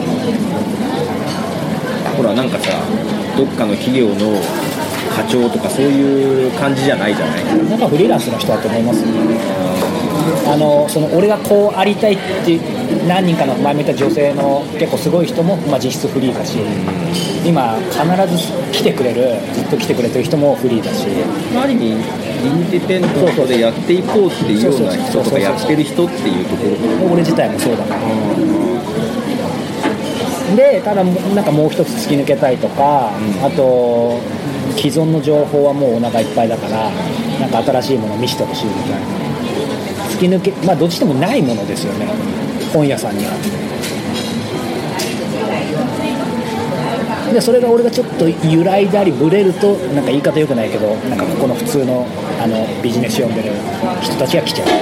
ほらなんかさ、どっかの企業の課長とかそういう感じじゃないじゃない。 なんかフリーランスの人だと思いますよね。その俺がこうありたいって何人かの前見た女性の結構すごい人も、実質フリーだし、今必ず来てくれる、ずっと来てくれてる人もフリーだし、 ある意味インディペンデントでやっていこうっていうような人とかやってる人っていうところ、 俺自体もそうだから、でただなんかもう一つ突き抜けたいとか、あと既存の情報はもうお腹いっぱいだからなんか新しいものを見せてほしいみたいな、突き抜け、どっちでもないものですよね、本屋さんには。でそれが俺がちょっと揺らいだりブレると、なんか言い方良くないけど、なんかここの普通のビジネス読んでる人たちが来ちゃう。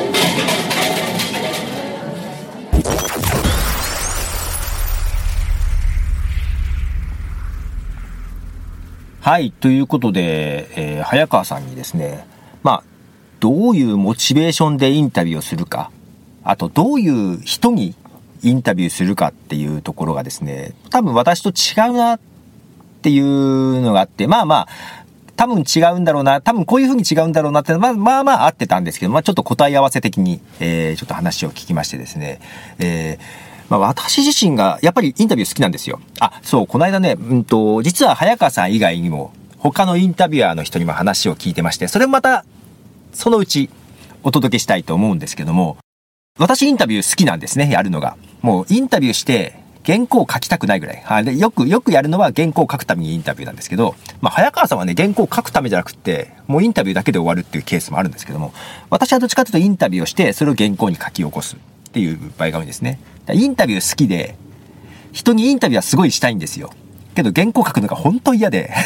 はい、ということで、早川さんにですね、どういうモチベーションでインタビューをするか、あとどういう人にインタビューするかっていうところがですね、多分私と違うなっていうのがあって、まあまあ多分違うんだろうな、多分こういう風に違うんだろうなってまあ合ってたんですけど、ちょっと答え合わせ的に、ちょっと話を聞きましてですね、私自身がやっぱりインタビュー好きなんですよ。そう、この間ね、実は早川さん以外にも他のインタビュアーの人にも話を聞いてまして、それもまたそのうちお届けしたいと思うんですけども、私インタビュー好きなんですね、やるのが。もうインタビューして原稿を書きたくないぐらい。でよくやるのは原稿を書くためにインタビューなんですけど、早川さんはね、原稿を書くためじゃなくて、もうインタビューだけで終わるっていうケースもあるんですけども、私はどっちかというとインタビューをして、それを原稿に書き起こすっていう場合が多いですね。インタビュー好きで、人にインタビューはすごいしたいんですよ。けど原稿書くのが本当嫌で、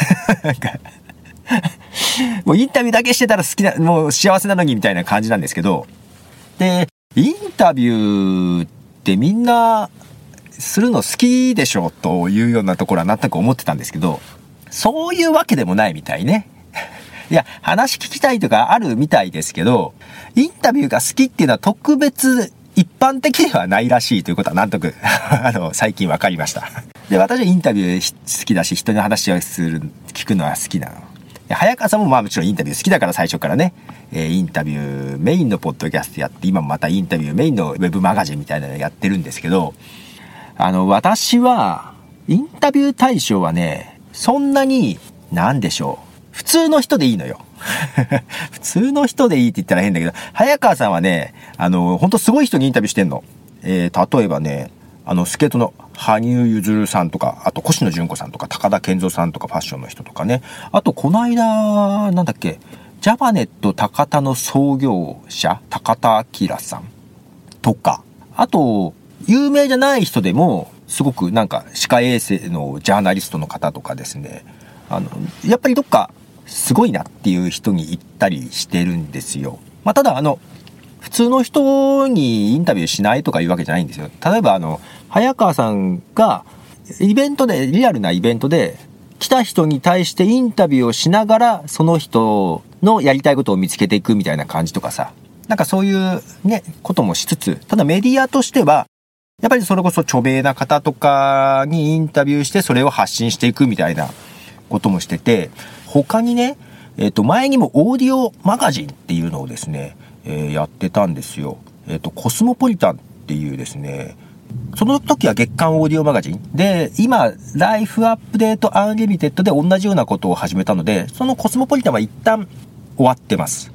もうインタビューだけしてたらもう幸せなのにみたいな感じなんですけど、で、インタビューってみんなするの好きでしょというようなところはなんとなく思ってたんですけど、そういうわけでもないみたいね。いや、話聞きたいとかあるみたいですけど、インタビューが好きっていうのは特別一般的ではないらしいということはなんとなく最近分かりました。で、私はインタビュー好きだし、人の話を聞くのは好きなの。早川さんももちろんインタビュー好きだから最初からね、インタビューメインのポッドキャストやって、今もまたインタビューメインのウェブマガジンみたいなのやってるんですけど、私はインタビュー対象はね、そんなになんでしょう、普通の人でいいのよ。普通の人でいいって言ったら変だけど、早川さんはね、本当すごい人にインタビューしてんの。例えばね、スケートの羽生結弦さんとか、あと越野純子さんとか、高田健三さんとか、ファッションの人とかね。あと、この間、なんだっけ、ジャパネット高田の創業者、高田明さんとか、あと、有名じゃない人でも、すごくなんか、歯科衛生のジャーナリストの方とかですね、やっぱりどっか、すごいなっていう人に行ったりしてるんですよ。ただ普通の人にインタビューしないとかいうわけじゃないんですよ。例えば早川さんがイベントで、リアルなイベントで来た人に対してインタビューをしながら、その人のやりたいことを見つけていくみたいな感じとかさ、なんかそういうね、こともしつつ、ただメディアとしては、やっぱりそれこそ著名な方とかにインタビューしてそれを発信していくみたいなこともしてて、他にね、前にもオーディオマガジンっていうのをですね、やってたんですよ。コスモポリタンっていうですね、その時は月刊オーディオマガジンで、今ライフアップデートアンリミテッドで同じようなことを始めたので、そのコスモポリタンは一旦終わってます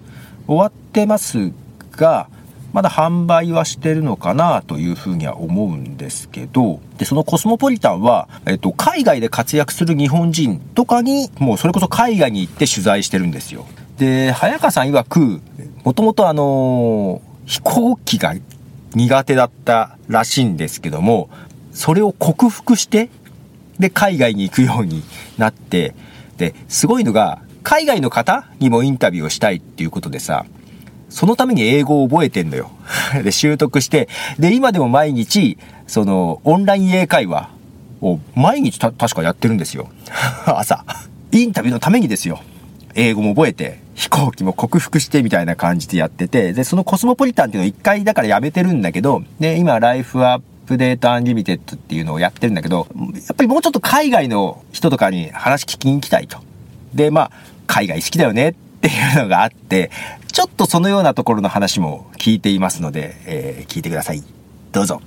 が、まだ販売はしてるのかなというふうには思うんですけど、で、そのコスモポリタンは、海外で活躍する日本人とかに、もうそれこそ海外に行って取材してるんですよ。で、早川さん曰く、もともと飛行機が苦手だったらしいんですけども、それを克服して、で、海外に行くようになって、で、すごいのが、海外の方にもインタビューをしたいっていうことでさ、そのために英語を覚えてんのよ。で、習得して、で、今でも毎日、オンライン英会話を毎日確かやってるんですよ。朝。インタビューのためにですよ。英語も覚えて、飛行機も克服してみたいな感じでやってて、で、そのコスモポリタンっていうのを一回だからやめてるんだけど、で、今、ライフアップデートアンリミテッドっていうのをやってるんだけど、やっぱりもうちょっと海外の人とかに話聞きに行きたいと。で、海外好きだよねっていうのがあって、ちょっとそのようなところの話も聞いていますので、聞いてください。どうぞ。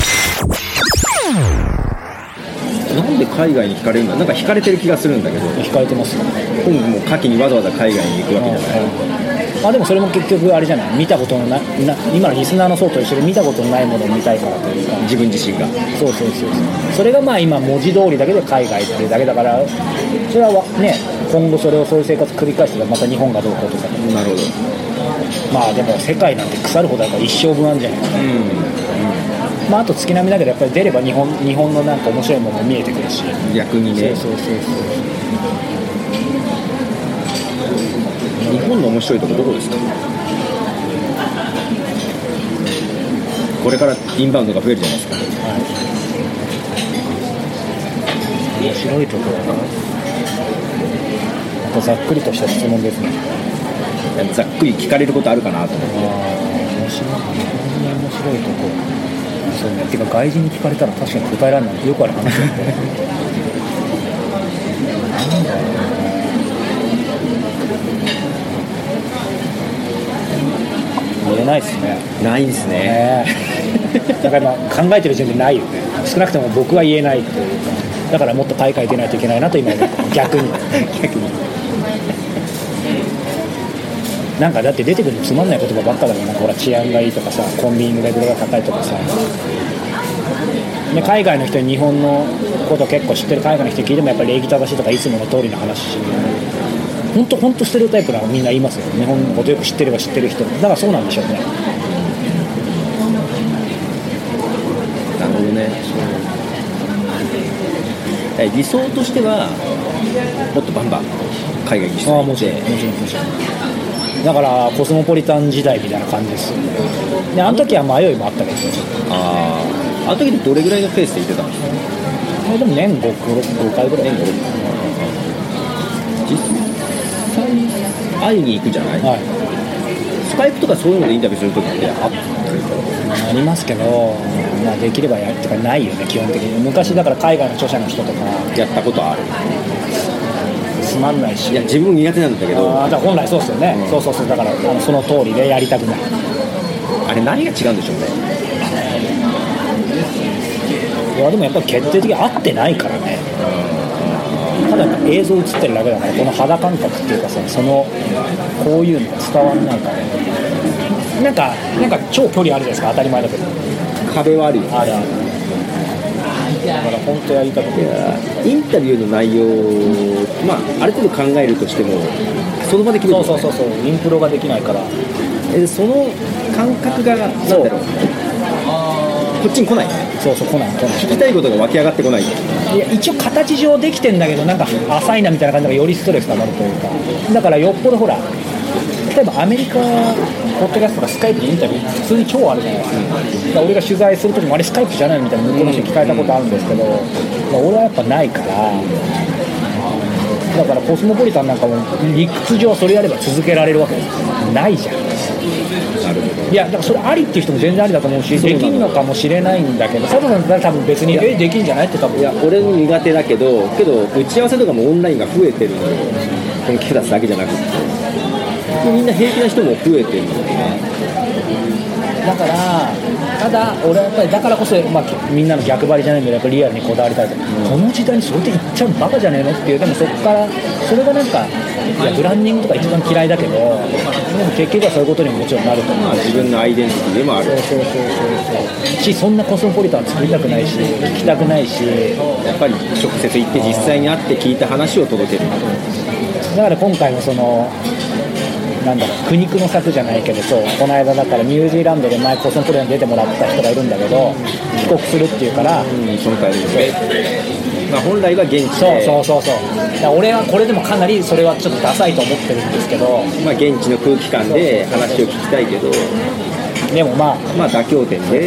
なんで海外に惹かれるんだ？なんか惹かれてる気がするんだけど。 惹かれてますよ。 今後もう夏季にわざわざ海外に行くわけじゃない。 でもそれも結局あれじゃない、見たことのない、今のリスナーの層と一緒で見たことのないものを見たいからというか、 自分自身が。 そう。それが今文字通りだけで海外っていうだけだから、それはね、今後そういう生活繰り返してたらまた日本がどうこうとか。 なるほど。 でも世界なんて腐るほどだから一生分あるんじゃないかな。あと月並みだけどやっぱり出れば日本のなんか面白いものも見えてくるし、 逆にね。そう。日本の面白いとこどこですか？これからインバウンドが増えるじゃないですか。 面白いところはなんかざっくりとした質問ですね。 ざっくり聞かれることあるかなと思って。 面白いところ。 そうね。てか外人に聞かれたら確かに答えられないよくある話だよね。なんだろうね。言えないですね。 ないですね。 だから考えてる時点でないよね。少なくとも僕は言えないというか、だからもっと大会出ないといけないなと今思って逆になんかだって出てくるのつまんない言葉ばっかだもん。なんかほら治安がいいとかさ、コンビニのレベルが高いとかさ、で海外の人に日本のこと結構知ってる海外の人に聞いてもやっぱり礼儀正しいとかいつもの通りの話し、本当ステレオタイプなのみんな言いますよ。日本のことよく知ってれば知ってる人だからそうなんでしょうね。 なるほどね。理想としてはもっとバンバン海外にしてもちろんだからコスモポリタン時代みたいな感じですよね。であの時は迷いもあったけど、 あの時ってどれぐらいのペースで行ってたんですか？ でも年5回ぐらい。 実際会いに行くじゃない、 はい、 スカイプとかそういうのでインタビューする時ってあったりありますけど、まあ、できればやるとかないよね基本的に。昔だから海外の著者の人とかやったことある？ つまんないし。 いや自分苦手なんだけど。 だから本来そうですよね、そうだからその通りでやりたくない。 あれ何が違うんでしょうね。 いやでもやっぱり決定的に合ってないからね。ただ映像映ってるだけだから、この肌感覚っていうかさ、こういうのが伝わんないから、なんか超距離あるじゃないですか。当たり前だけど壁はあるよ。 ある。だから本当やりたくて、 インタビューの内容、まあある程度考えるとしてもその場で決める、ね、 そうインプロができないから、 その感覚がなんだろう、こっちに来ない。 そう来ない。 聞きたいことが湧き上がってこない。 いや一応形上できてんだけど、なんか浅いなみたいな感じがよりストレス溜まるというか。だからよっぽどほら、例えばアメリカポッドキャストとかスカイプでインタビュー普通に超あるじゃないですか。だから俺が取材するときもあれスカイプじゃないみたいな向こうの人に聞かれたことあるんですけど、俺はやっぱないから。だからコスモポリタンなんかも理屈上それやれば続けられるわけないじゃん。 なるほど。 いやだからそれありっていう人も全然ありだと思うし、できるのかもしれないんだけど、佐藤さんだったら多分別にできるんじゃないって多分。 いや俺も苦手だけど打ち合わせとかもオンラインが増えてるのよ。このケダスだけじゃなくてみんな平気な人も増えてるのよね。 だからただ俺はやっぱりだからこそ、まあ、みんなの逆張りじゃないんだけどやっぱりリアルにこだわりたいと、この時代にそれで言っちゃうのバカじゃねえのっていう。でもそこからそれがなんか、いやブランディングとか一番嫌いだけど、でも結局はそういうことにももちろんなると思う。 自分のアイデンティティでもある。 そうそんなコスモポリタン作りたくないし聞きたくないし、 やっぱり直接行って実際に会って聞いた話を届ける。 だから今回もなんだろう、苦肉の策じゃないけど、この間だからニュージーランドで前コスモポリタンに出てもらった人がいるんだけど、帰国するっていうから、 その回で、まあ、本来は現地でそうだから俺はこれでもかなりそれはちょっとダサいと思ってるんですけど、 まあ、現地の空気感で話を聞きたいけど、 でもまあ妥協点で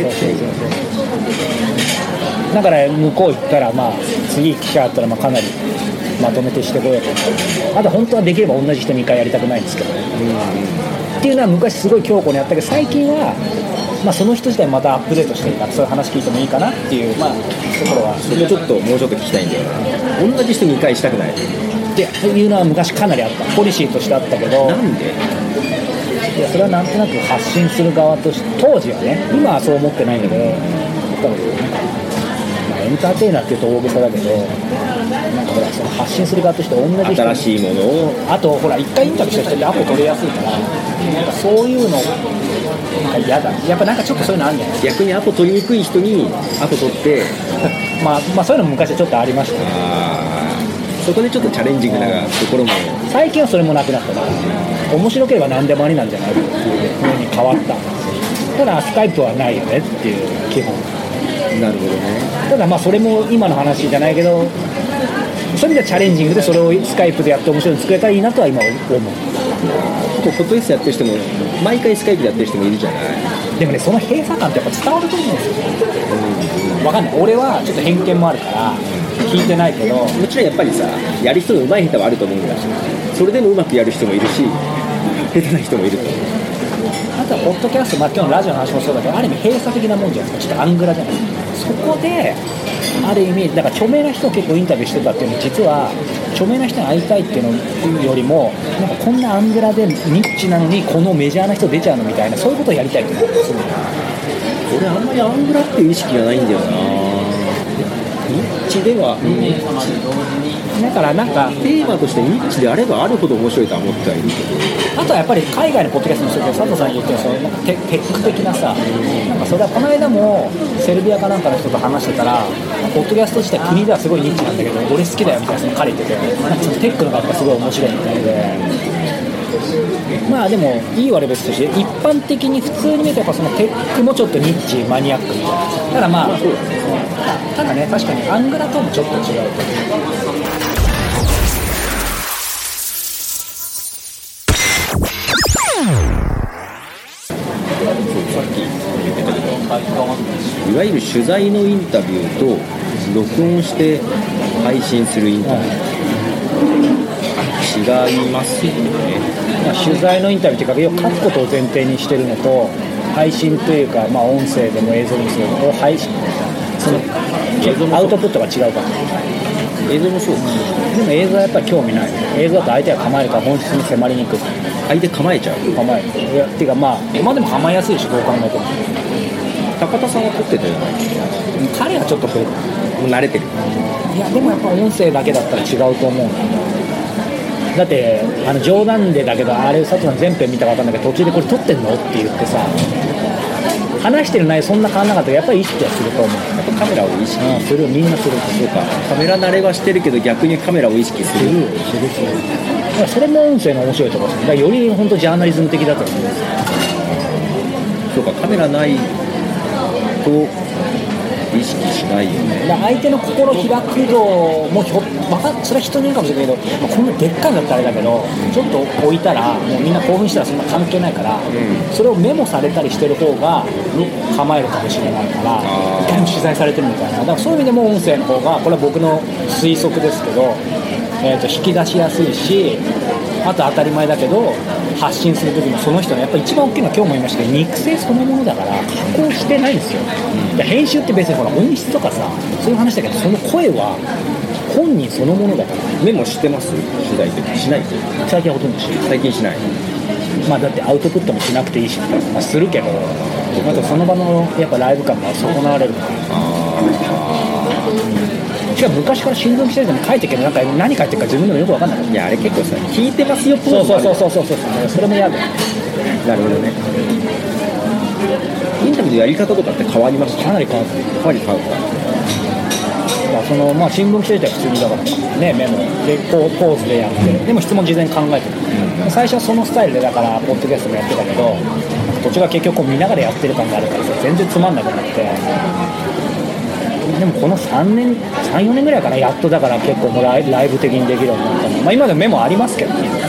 だから向こう行ったら、まあ次記者あったらかなりまとめてしてこようと思って。あと本当はできれば同じ人2回やりたくないんですけど、っていうのは昔すごい強固にやったけど、最近は、まあ、その人自体またアップデートしてるから、そういう話聞いてもいいかなっていう、まあ、ところはそれもうちょっと聞きたいんだよな。同じ人2回したくないっていうのは昔かなりあった。ポリシーとしてあったけど、 なんで？ いやそれはなんとなく発信する側として、当時はね、今はそう思ってないんだけど、やっぱりエンターテイナーっていうと大げさだけど、なんかほらその発信する側として同じ人、 新しいものを、 あとほら一回インタビューした人ってアポ取れやすいから、なんかそういうのなんか嫌だ。やっぱなんかちょっとそういうのあるんじゃない？ 逆にアポ取りにくい人にアポ取ってまあそういうのも昔はちょっとありました、ね、 そこでちょっとチャレンジングなところも。 最近はそれもなくなったから、面白ければ何でもありなんじゃないかっていう風に変わった。ただスカイプはないよねっていう基本。 なるほどね。 ただまあそれも今の話じゃないけど、そういう意味ではチャレンジングでそれをスカイプでやって面白いの作れたらいいなとは今思う。 ポッドキャストやってる人も毎回スカイプでやってる人もいるじゃない。 でもね、その閉鎖感ってやっぱ伝わると思うんですよ。分かんない、俺はちょっと偏見もあるから聞いてないけど、 もちろんやっぱりさ、やる人の上手い下手はあると思うんだし、それでもうまくやる人もいるし下手な人もいると思う。 あとはポッドキャスト、今日のラジオの話もそうだけど、ある意味閉鎖的なもんじゃないですか。ちょっとアングラじゃないですか。そこである意味だから著名な人を結構インタビューしてたっていうのは、実は著名な人に会いたいっていうのよりも、なんかこんなアングラでニッチなのにこのメジャーな人出ちゃうのみたいな、そういうことをやりたいって思うんですよ。 俺あんまりアングラっていう意識がないんだよな。ニッチでは、 だからなんかテーマとしてニッチであればあるほど面白いとは思ってはいるけど、 あとはやっぱり海外のポッドキャストもそうだけど、佐藤さん言ってるそのなんかテック的なさ、なんかそれはこの間もセルビアかなんかの人と話してたら、ポッドキャスト自体国ではすごいニッチなんだけど、俺好きだよみたいな、その彼言ってて、なんかそのテックの方がすごい面白いみたいで。まあでもいい悪い別として、一般的に普通に見るとやっぱそのテックもちょっとニッチマニアックみたいな。ただまあただね、確かにアングラともちょっと違うという。 さっき言ってたけど、いわゆる取材のインタビューと録音して配信するインタビュー、違いますよね。 まあ、取材のインタビューというか、要は書くことを前提にしてるのと、配信というか、まあ、音声でも映像でもそうだけど、配信そのアウトプットが違うから。 映像もそうか。 でも映像はやっぱり興味ない。映像だと相手が構えるから本質に迫りにくい。 相手構えちゃう。 構える。いやっていうかまあでも構えやすいし、どう考えても。 高田さんは撮ってたじゃないですか。 彼はちょっともう慣れてる。 いやでもやっぱ音声だけだったら違うと思う。だって冗談でだけど、あれ佐藤さん全編見たか分かんないけど、途中でこれ撮ってんのって言ってさ、話してる内容そんな変わんなかったけど、やっぱり意識はすると思う。 やっぱカメラを意識する、みんなする。 そうか、カメラ慣れはしてるけど逆にカメラを意識する。 だからそれも音声の面白いところです。だからより本当ジャーナリズム的だと思うんですよ。 そうか、カメラないと意識しないよね。 だから相手の心開く度もそれは人によるかもしれないけど、まあ、こんなでっかいんだったらあれだけど、ちょっと置いたらもうみんな興奮したらそんな関係ないから、それをメモされたりしてる方が構えるかもしれないから、いかにも取材されてるみたいな。だからそういう意味でも音声の方が、これは僕の推測ですけど、引き出しやすいし、あと当たり前だけど発信する時もその人のやっぱり一番大きいのは今日も言いましたけど、肉声そのものだから加工してないんですよ。で編集って別にほら音質とかさそういう話だけど、その声は本人そのものだから。 メモしてます？取材ってしない？ 最近はほとんどしない。 最近しない。 まあだってアウトプットもしなくていいし、まあ、するけど、あとその場のやっぱライブ感が損なわれるから。しかも昔から新聞記者でも書いてるけど、なんか何書いてるか自分でもよく分かんない。 いやあれ結構さ、聞いてますよポーズある。 そうそれも嫌だよ。 なるほどね。インタビューのやり方とかって変わりました？ かなり変わる。 変わった。 まあ、新聞記者は普通にだからね、メモでポーズでやって、でも質問事前に考えてる、最初はそのスタイルでだからポッドキャストもやってたけど、途中は結局こう見ながらやってる感があるから全然つまんなくなって、でもこの3、4年ぐらいかな、やっとだから結構もうライブ的にできるようになったの。まあ、今でもメモありますけどね。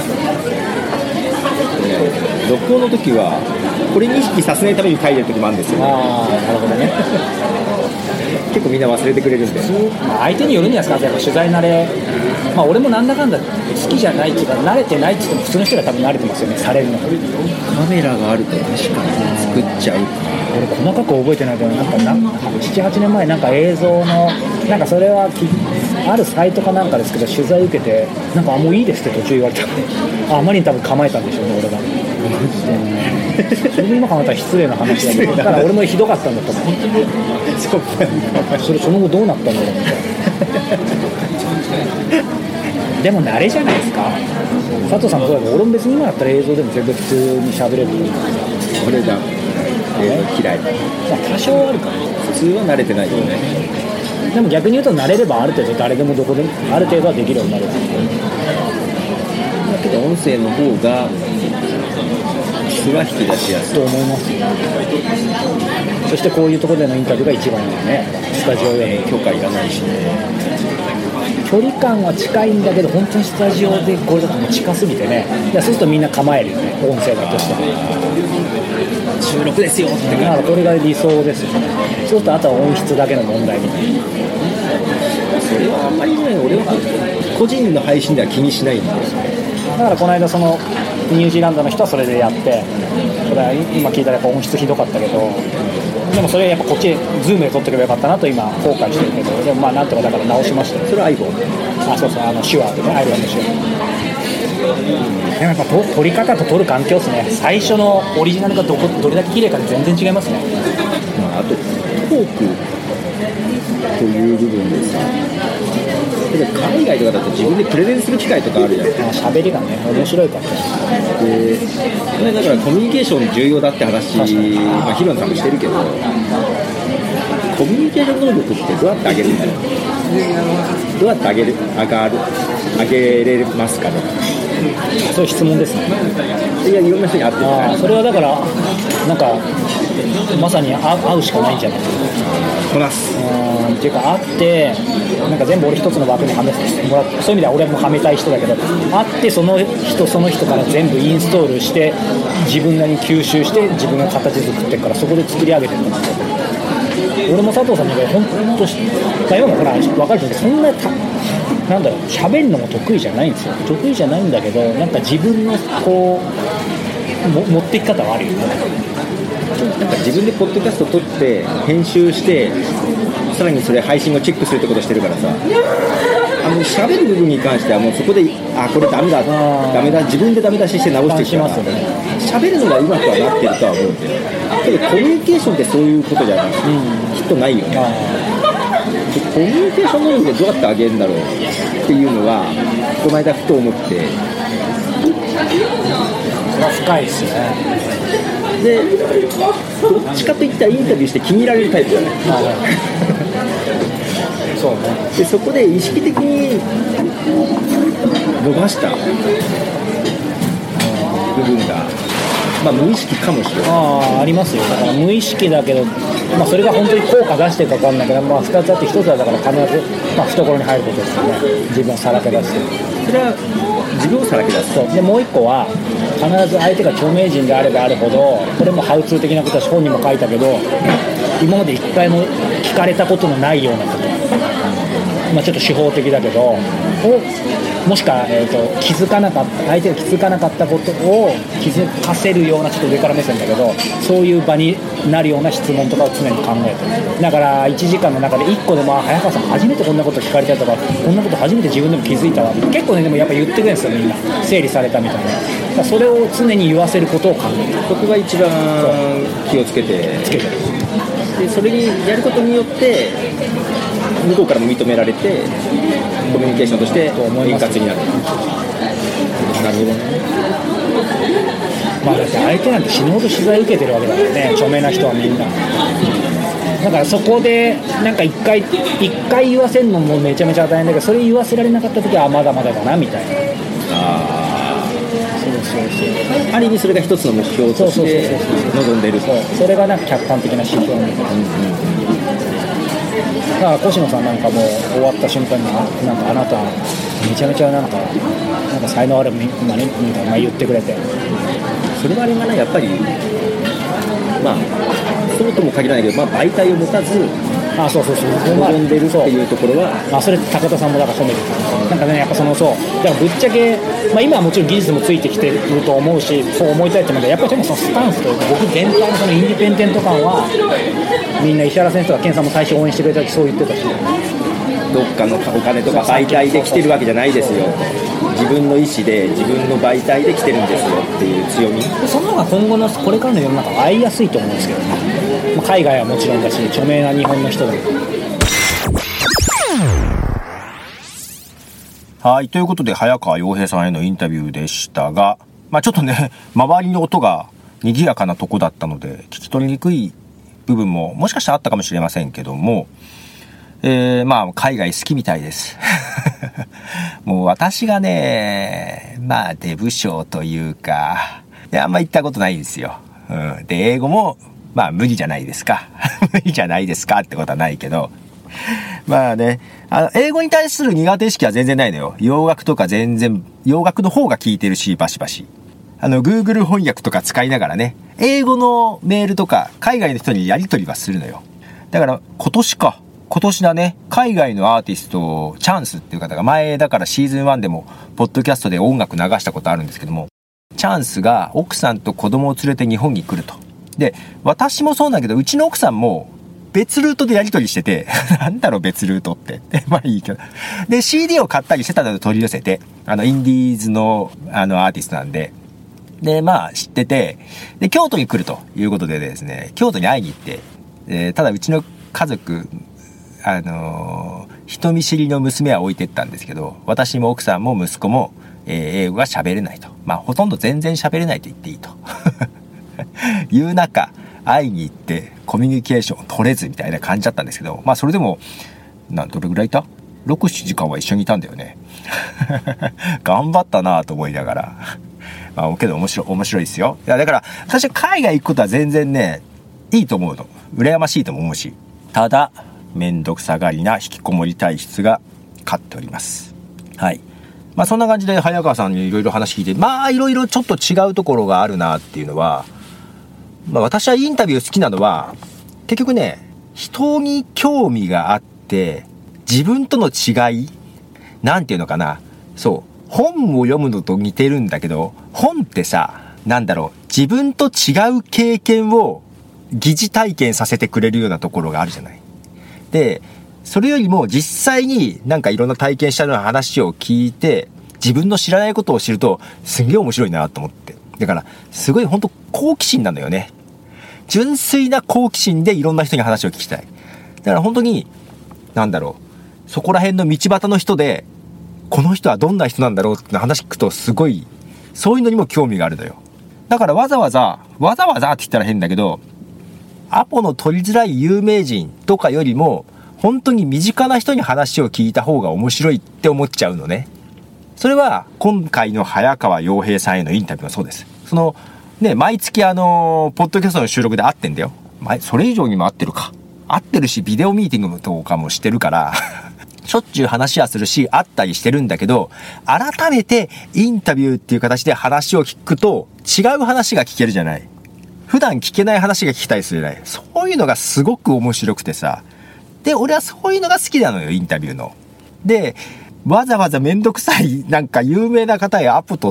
録音の時はこれに意識させないために書いてる時もあるんですよ。 ああ、なるほどね。 結構みんな忘れてくれるんで、 まあ、相手によるんじゃないですか。やっぱ取材慣れ、まあ俺もなんだかんだ好きじゃないっていうか、慣れてないって言っても普通の人が多分慣れてますよね、されるの。 カメラがあると確かに作っちゃう。 俺細かく覚えてないけど、なんか7、8年前なんか映像のなんかそれはあるサイトかなんかですけど、取材受けてなんかもういいですって途中言われた。あまりに多分構えたんでしょうね、俺が。自分の構えたら失礼な話だけど、だから俺もひどかったんだと思う。その後どうなったんだろうみたいな。でも慣れじゃないですか。佐藤さんもそうだけど、俺も別に今だったら映像でも全然普通に喋れると思う。 俺が嫌い。 まあ多少あるから、 普通は慣れてないよね。 でも逆に言うと慣れればある程度誰でもどこでもある程度はできるようになる。 だけど音声の方が質は引き出しやすいと思いますよ。そしてこういうところでのインタビューが一番いいよね。スタジオで許可いらないしね。 距離感は近いんだけど、本当にスタジオでこれだともう近すぎてね。いやそうするとみんな構えるよね、音声だとしても。 収録ですよってだからこれが理想ですよね。そうするとあとは音質だけの問題みたいな。 それはあんまりね、俺は個人の配信では気にしないんで。 だからこの間そのニュージーランドの人はそれでやって、 これは今聞いたらやっぱ音質ひどかったけど、でもそれやっぱこっちズームで撮ってくればよかったなと今後悔してるけど、でもまあなんとかだから直しましたよ。 それは iPhone？ そうそう、手話でね、iPhone の手話。でもやっぱ撮り方と撮る環境ですね。最初のオリジナルがどれだけ綺麗かで全然違いますね。 あとトークという部分でさ、海外とかだと自分でプレゼンする機会とかあるじゃん。 喋りがね面白いからね。 でだからコミュニケーション重要だって話、ヒロンさんもしてるけど、コミュニケーション能力ってどうやって上げるんだろう。どうやって上げれますかね。 そういう質問ですね。 いや、いろんな人に会ってるから。 それはだからなんかまさに会うしかないんじゃないこなすっていうか、会ってなんか全部俺一つの枠にはめてもらって、そういう意味では俺もはめたい人だけど、会ってその人から全部インストールして自分なりに吸収して自分が形作ってるから、そこで作り上げてるんだけど、俺も佐藤さんに言うと本当今もほら分かるけど、そんななんだろう、喋るのも得意じゃないんですよ。得意じゃないんだけど、なんか自分のこう持っていき方はあるよね。 なんか自分でポッドキャスト撮って編集してさらにそれ配信をチェックするってことしてるからさ、喋る部分に関してはもうそこでこれダメだ自分でダメ出しして直していくから、喋るのがうまくはなってるとは思うんだけど、コミュニケーションってそういうことじゃない、きっとないよね。コミュニケーション能力でどうやって上げるんだろうっていうのはこの間ふと思って、 それは深いですよね。 でどっちかといったらインタビューして気に入られるタイプじゃない、 そうね。 でそこで意識的に伸ばした部分が、無意識かもしれない。 ありますよ。だから無意識だけど、それが本当に効果出してるか分かんないけど、2つあって、1つはだから必ず、懐に入ることですよね。自分をさらけ出してる。 それは自分をさらけ出す。 そうで、もう1個は必ず相手が著名人であればあるほど、これもハウツー的なことは本にも書いたけど、今まで1回も聞かれたことのないようなこと、ちょっと手法的だけどもしくは、気づかなかった相手が気づかなかったことを気づかせるような、ちょっと上から目線だけど、そういう場になるような質問とかを常に考えてる。だから1時間の中で1個でも早川さん初めてこんなこと聞かれたとか、こんなこと初めて自分でも気づいたわ、結構ね、でもやっぱ言ってくれるんですよ、みんな整理されたみたいな。だからそれを常に言わせることを考えてる。 そこが一番気をつけてる。でそれにやることによって向こうからも認められて、コミュニケーションとして円滑になる。なるほどね。 だって相手なんて死ぬほど取材受けてるわけだからね、著名な人はみんな。だからそこでなんか一回言わせるのもめちゃめちゃ大変だけど、それ言わせられなかった時はまだまだだなみたいな。そうある意味それが一つの目標として望んでる。 それがなんか客観的な指標みたいな。だから越野さんなんかもう終わった瞬間になんかあなためちゃめちゃなんか才能あるみたいな言ってくれて、 それはあれがやっぱりそうとも限らないけど、媒体を持たずそう望んでるっていうところは、 それ高田さんもだから褒めてる。なんかね、やっぱそうだからぶっちゃけ、今はもちろん技術もついてきてると思うし、そう思いたいって思うけど、やっぱりそのスタンスというか、僕全体のそのインディペンデント感はみんな石原先生とか健さんも最初応援してくれたし、そう言ってたし、 どっかのお金とか媒体で来てるわけじゃないですよ、自分の意思で自分の媒体で来てるんですよっていう強み。 その方が今後のこれからの世の中は合いやすいと思うんですけどね。海外はもちろんだし、著名な日本の人でも。 はい、ということで早川洋平さんへのインタビューでしたが、ちょっとね、周りの音が賑やかなとこだったので聞き取りにくい部分ももしかしたらあったかもしれませんけども、海外好きみたいですもう私がね、デブ症というか、あんま行ったことないんですよ。で英語も無理じゃないですか無理じゃないですかってことはないけど、英語に対する苦手意識は全然ないのよ。洋楽とか全然洋楽の方が聞いてるし、バシバシGoogle 翻訳とか使いながらね、英語のメールとか海外の人にやり取りはするのよ。だから今年だね、海外のアーティストチャンスっていう方が前だからシーズン1でもポッドキャストで音楽流したことあるんですけども、 チャンスが奥さんと子供を連れて日本に来ると。で、私もそうだけど、うちの奥さんも別ルートでやり取りしててなんだろう別ルートってまあいいけど、で CD を買ったりしてたので取り寄せて、インディーズのアーティストなんで、でまあ知ってて、で京都に来るということでですね、京都に会いに行って、ただうちの家族人見知りの娘は置いてったんですけど、私も奥さんも息子も、英語が喋れないと、まあほとんど全然喋れないと言っていいという中、会いに行ってコミュニケーションを取れずみたいな感じだったんですけど、まあそれでもどれぐらいいた ?6,7 時間は一緒にいたんだよね頑張ったなと思いながらまあけど面白いですよ。いやだから私は海外行くことは全然ねいいと思うの、羨ましいとも思うし、ただめんどくさがりな引きこもり体質が勝っております。はい。まあそんな感じで早川さんにいろいろ話聞いて、まあいろいろちょっと違うところがあるなっていうのは、まあ私はインタビュー好きなのは結局ね、人に興味があって自分との違い、なんていうのかな、そう本を読むのと似てるんだけど、本ってさ、なんだろう、自分と違う経験を疑似体験させてくれるようなところがあるじゃない。でそれよりも実際になんかいろんな体験したような話を聞いて自分の知らないことを知るとすげえ面白いなと思って、だからすごい本当好奇心なんだよね。純粋な好奇心でいろんな人に話を聞きたい。だから本当になんだろう、そこら辺の道端の人でこの人はどんな人なんだろうって話聞くとすごいそういうのにも興味があるのよ。だからわざわざって言ったら変だけど、アポの取りづらい有名人とかよりも本当に身近な人に話を聞いた方が面白いって思っちゃうのね。それは今回の早川洋平さんへのインタビューもそうです。そのね、毎月ポッドキャストの収録で会ってんだよ。それ以上にも会ってるか。会ってるしビデオミーティングとかもしてるからしょっちゅう話はするし会ったりしてるんだけど、改めてインタビューっていう形で話を聞くと違う話が聞けるじゃない。普段聞けない話が聞きたいするじゃない。そういうのがすごく面白くてさ。で、俺はそういうのが好きなのよ、インタビューの。で、わざわざめんどくさい、なんか有名な方へアポ取って、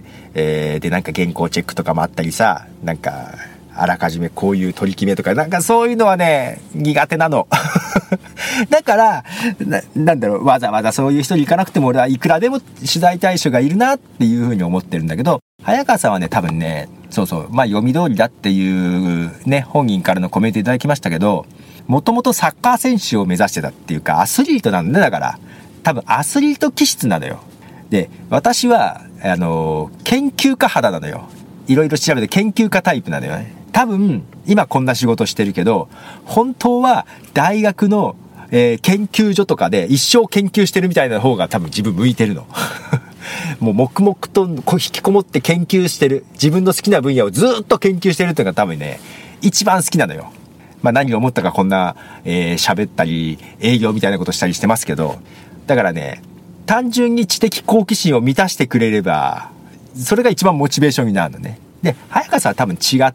で、なんか原稿チェックとかもあったりさ、なんか、あらかじめこういう取り決めとか、なんかそういうのはね、苦手なの。だから、なんだろう、わざわざそういう人に行かなくても俺はいくらでも取材対象がいるなっていうふうに思ってるんだけど、早川さんはね、多分ね、まあ読み通りだっていうね、本人からのコメントいただきましたけど、もともとサッカー選手を目指してたっていうか、アスリートなんだね。だから、多分アスリート気質なのよ。で、私は、研究家肌なのよ。いろいろ調べて研究家タイプなのよね。多分、今こんな仕事してるけど、本当は大学の、研究所とかで一生研究してるみたいな方が多分自分向いてるの。もう黙々と引きこもって研究してる。自分の好きな分野をずっと研究してるっていうのが多分ね、一番好きなのよ。まあ何を思ったかこんな、喋ったり、営業みたいなことしたりしてますけど、だからね、単純に知的好奇心を満たしてくれれば、それが一番モチベーションになるのね。で、早川さんは多分違って、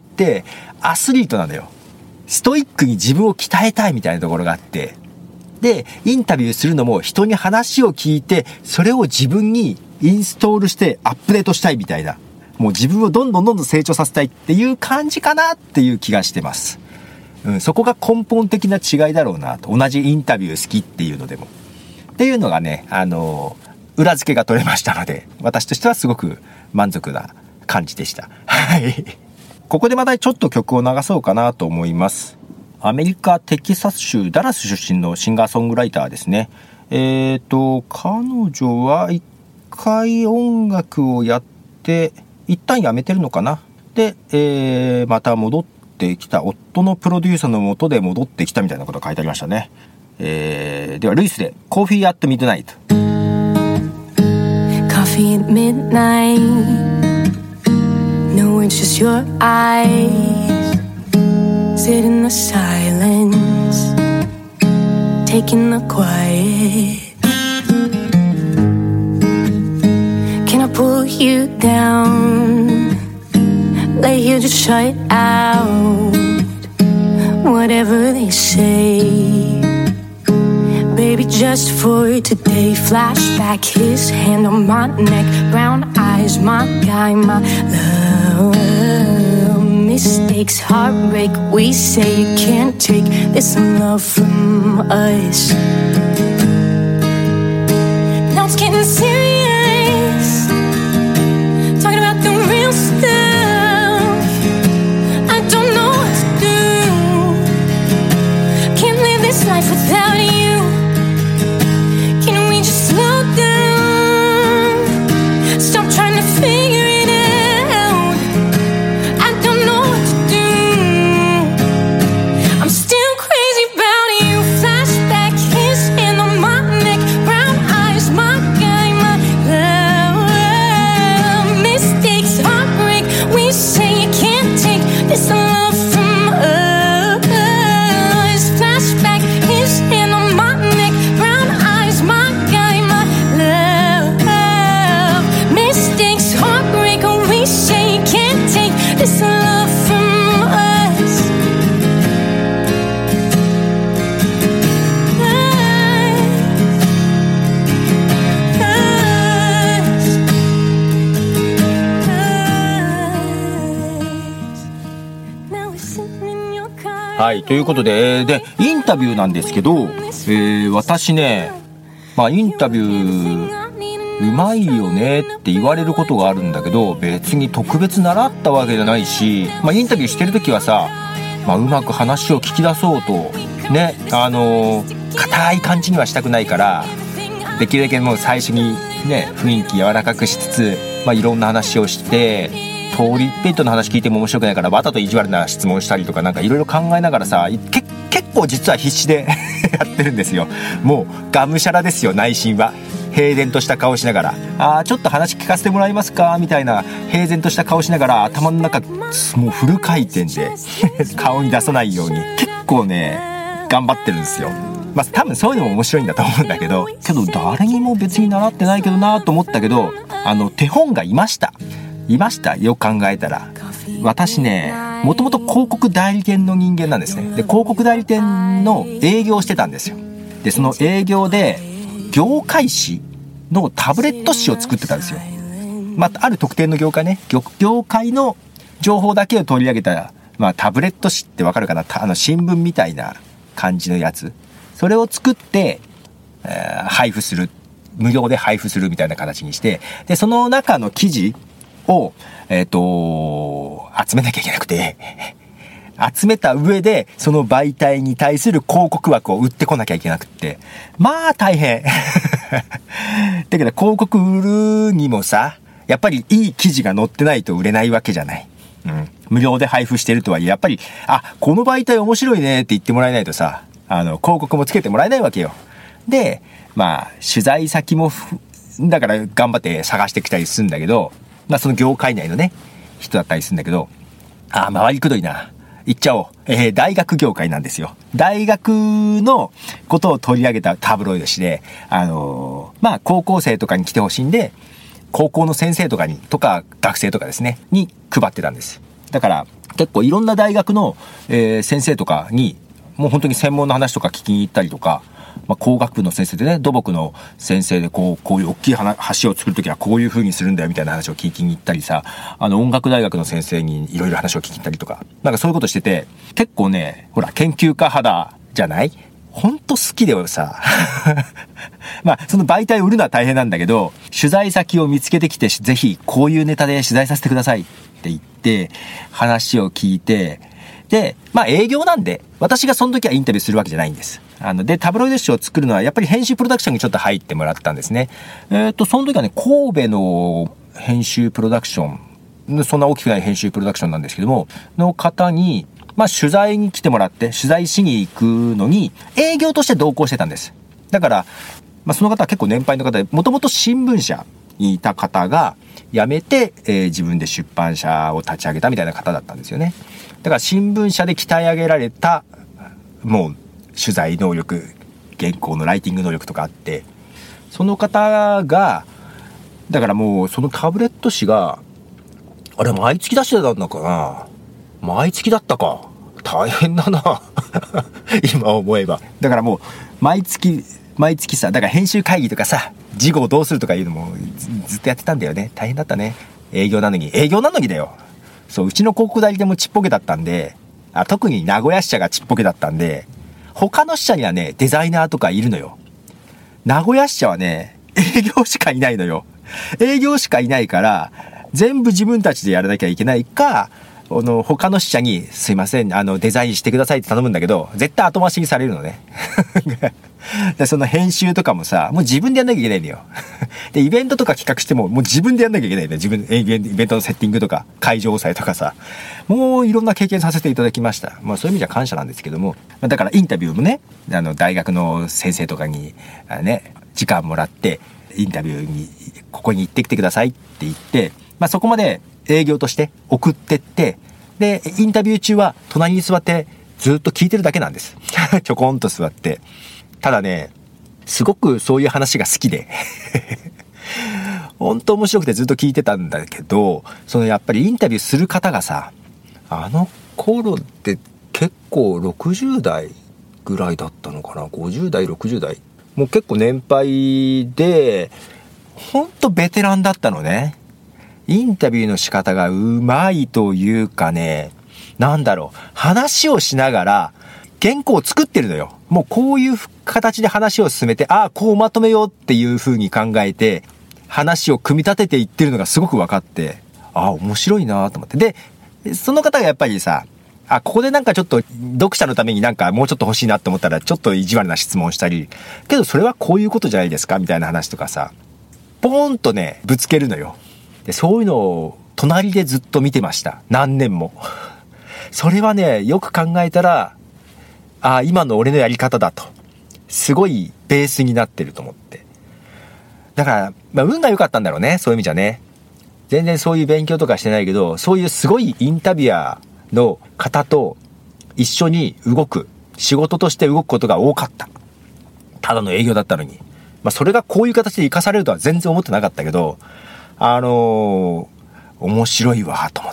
アスリートなのよ。ストイックに自分を鍛えたいみたいなところがあって、で、インタビューするのも人に話を聞いて、それを自分にインストールしてアップデートしたいみたいな。もう自分をどんどん成長させたいっていう感じかなっていう気がしてます。そこが根本的な違いだろうなと。同じインタビュー好きっていうのでも。っていうのがね、裏付けが取れましたので、私としてはすごく満足な感じでした。はい。ここでまたちょっと曲を流そうかなと思います。アメリカテキサス州ダラス出身のシンガーソングライターですね。彼女は一回音楽をやって一旦やめてるのかな。で、また戻ってきた、夫のプロデューサーの下で戻ってきたみたいなことが書いてありましたね。ではルイスでコーヒーアットミッドナイト。 Coffee at midnight. No, it's just your eyes. Sit in the silence, taking the quiet. Can I pull you down? Lay here, just shut out whatever they say. Baby, just for today. Flashback, his hand on my neck, brown eyes eyes, my guy, my love. Mistakes, heartbreak, we say you can't take this love from us. Now it's getting serious, talking about the real stuff. I don't know what to do, can't live this life without you. Can we just slow down, stop trying to figure it out. I don't know what to do, I'm still crazy about you. Flashback, his hand on my neck, brown eyes, my guy, my love. Mistakes, heartbreak, we say you can't take this love from us. Flashback, his hand on my neck, brown eyes, my guy, my love. Mistakes, heartbreak, we say you can't take this love from us. Now we're sitting in your car. はい、ということで、インタビューなんですけど、私ね、インタビューうまいよねって言われることがあるんだけど、別に特別習ったわけじゃないし、インタビューしてる時はさ、うまく話を聞き出そうとね、硬い感じにはしたくないから、できるだけもう最初にね、雰囲気柔らかくしつつ、いろんな話をして、トーリー・ペイトの話聞いても面白くないから、わざと意地悪な質問したりとか、なんかいろいろ考えながらさ、結構実は必死でやってるんですよ。もうがむしゃらですよ、内心は。平然とした顔しながら、ちょっと話聞かせてもらえますかみたいな平然とした顔しながら、頭の中もうフル回転で顔に出さないように結構ね頑張ってるんですよ。多分そういうのも面白いんだと思うんだけど、誰にも別に習ってないけどなと思ったけど、手本がいましたよく考えたら。私ね、もともと広告代理店の人間なんですね。で、広告代理店の営業をしてたんですよ。で、その営業で業界誌のタブレット誌を作ってたんですよ。ある特定の業界ね、業界の情報だけを取り上げた、タブレット誌ってわかるかな、新聞みたいな感じのやつ、それを作って、配布する、無料で配布するみたいな形にして、でその中の記事を集めなきゃいけなくて集めた上でその媒体に対する広告枠を売ってこなきゃいけなくって、大変だけど広告売るにもさ、やっぱりいい記事が載ってないと売れないわけじゃない。無料で配布してるとはいえ、やっぱりこの媒体面白いねって言ってもらえないとさ、広告もつけてもらえないわけよ。で取材先もだから頑張って探してきたりするんだけど、その業界内のね人だったりするんだけど、回りくどいな、言っちゃおう。大学業界なんですよ。大学のことを取り上げたタブロイド紙で、高校生とかに来てほしいんで、高校の先生とか学生とかですねに配ってたんです。だから結構いろんな大学の、先生とかにもう本当に専門の話とか聞きに行ったりとか、工学部の先生でね、土木の先生でこういう大きい橋を作るときはこういう風にするんだよみたいな話を聞きに行ったりさ、音楽大学の先生にいろいろ話を聞きに行ったりとか、そういうことしてて、結構ね、ほら研究家肌じゃない？ほんと好きでさその媒体を売るのは大変なんだけど、取材先を見つけてきて、ぜひこういうネタで取材させてくださいって言って話を聞いて、で営業なんで私がその時はインタビューするわけじゃないんです。でタブロイド紙を作るのはやっぱり編集プロダクションにちょっと入ってもらったんですね。その時はね、神戸の編集プロダクション、そんな大きくない編集プロダクションなんですけどもの方に取材に来てもらって、取材しに行くのに営業として同行してたんです。だからその方は結構年配の方で、もともと新聞社にいた方が辞めて、自分で出版社を立ち上げたみたいな方だったんですよね。だから新聞社で鍛え上げられたもう取材能力、原稿のライティング能力とかあって、その方がだからもうそのタブレット紙が毎月出してたのかな、毎月だったか、大変だな今思えば。だからもう毎月毎月さ、だから編集会議とかさ、事後をどうするとかいうのもずっとやってたんだよね。大変だったね。営業なのにだよ。そう、うちの広告代理店もちっぽけだったんで、特に名古屋支社がちっぽけだったんで、他の支社にはね、デザイナーとかいるのよ。名古屋支社はね、営業しかいないのよ。営業しかいないから、全部自分たちでやらなきゃいけないか、他の支社に、すいません、デザインしてくださいって頼むんだけど、絶対後回しにされるのね。で、その編集とかもさ、もう自分でやんなきゃいけないんだよ。で、イベントとか企画しても、もう自分でやんなきゃいけないんだよ。イベントのセッティングとか、会場抑えとかさ。もういろんな経験させていただきました。まあそういう意味じゃ感謝なんですけども。だからインタビューもね、大学の先生とかに、ね、時間もらって、インタビューに、ここに行ってきてくださいって言って、まあそこまで営業として送ってって、で、インタビュー中は隣に座ってずっと聞いてるだけなんです。ちょこんと座って。ただね、すごくそういう話が好きで本当面白くてずっと聞いてたんだけど、やっぱりインタビューする方がさ、あの頃って結構60代ぐらいだったのかな、50代60代、もう結構年配でほんとベテランだったのね。インタビューの仕方がうまいというかね、なんだろう、話をしながら原稿を作ってるのよ。もうこういう形で話を進めて、こうまとめようっていう風に考えて、話を組み立てていってるのがすごく分かって、面白いなと思って。で、その方がやっぱりさ、ここでなんかちょっと読者のためになんかもうちょっと欲しいなって思ったら、ちょっと意地悪な質問したり、けどそれはこういうことじゃないですかみたいな話とかさ、ポーンとね、ぶつけるのよ。で、そういうのを隣でずっと見てました。何年も。それはね、よく考えたら、今の俺のやり方だと。すごいベースになってると思って。だから、運が良かったんだろうね、そういう意味じゃね。全然そういう勉強とかしてないけど、そういうすごいインタビュアーの方と一緒に動く、仕事として動くことが多かった。ただの営業だったのに。それがこういう形で活かされるとは全然思ってなかったけど、面白いわ、と思って。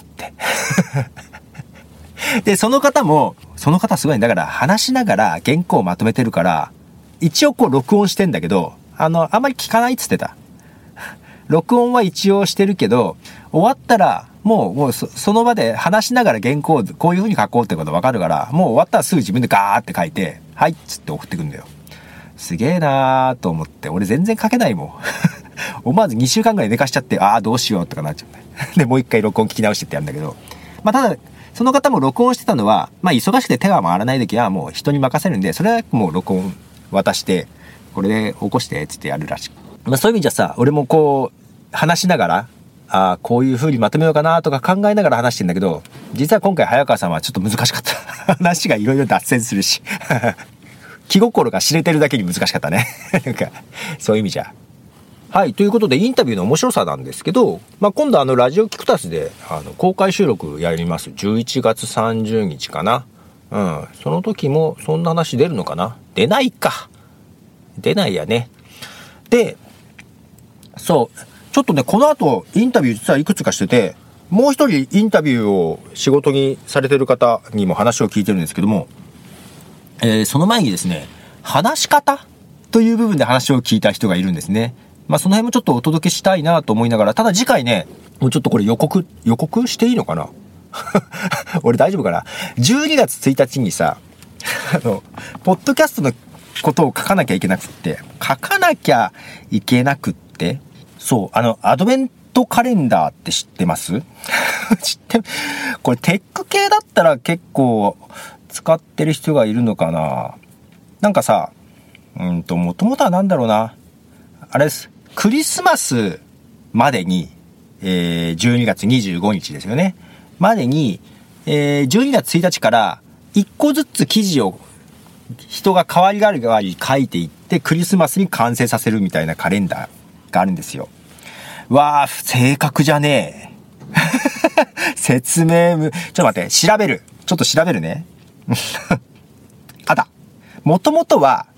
で、その方すごいんだから話しながら原稿をまとめてるから、一応こう録音してんだけど、あんまり聞かないっつってた。録音は一応してるけど、終わったらもうその場で話しながら原稿をこういう風に書こうってことわかるから、もう終わったらすぐ自分でガーって書いて、はいっつって送ってくんだよ。すげえなーと思って、俺全然書けないもん。思わず2週間ぐらい寝かしちゃって、どうしようとかなっちゃうね。で、もう一回録音聞き直してってやるんだけど、ただ、その方も録音してたのは、忙しくて手が回らない時はもう人に任せるんで、それはもう録音渡して、これで起こしてっつってやるらしい。そういう意味じゃさ、俺もこう、話しながら、こういう風にまとめようかなとか考えながら話してんだけど、実は今回早川さんはちょっと難しかった。話がいろいろ脱線するし。気心が知れてるだけに難しかったね。なんか、そういう意味じゃ。はい、ということでインタビューの面白さなんですけど、今度ラジオキクタスで公開収録やります。11月30日かな。その時もそんな話出るのかな。出ないか。出ないやね。で、そう、ちょっとね、この後インタビュー実はいくつかしてて、もう一人インタビューを仕事にされてる方にも話を聞いてるんですけども、その前にですね、話し方という部分で話を聞いた人がいるんですね。その辺もちょっとお届けしたいなと思いながら、ただ次回ね、もうちょっとこれ予告していいのかな俺大丈夫かな。12月1日にさ、ポッドキャストのことを書かなきゃいけなくって、そう、アドベントカレンダーって知ってますこれテック系だったら結構使ってる人がいるのかな。なんかさ、もともとはなんだろうな。あれです。クリスマスまでに、12月25日ですよね。までに、12月1日から1個ずつ記事を人が代わり代わり書いていってクリスマスに完成させるみたいなカレンダーがあるんですよ。正確じゃねえ。説明ちょっと待って、ちょっと調べるね。もともとは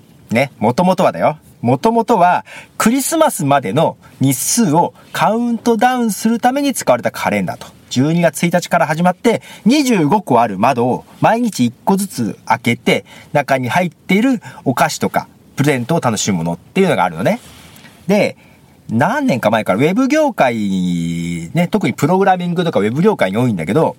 クリスマスまでの日数をカウントダウンするために使われたカレンダーと。12月1日から始まって25個ある窓を毎日1個ずつ開けて中に入っているお菓子とかプレゼントを楽しむものっていうのがあるのね。で、何年か前からウェブ業界ね、特にプログラミングとかウェブ業界に多いんだけど、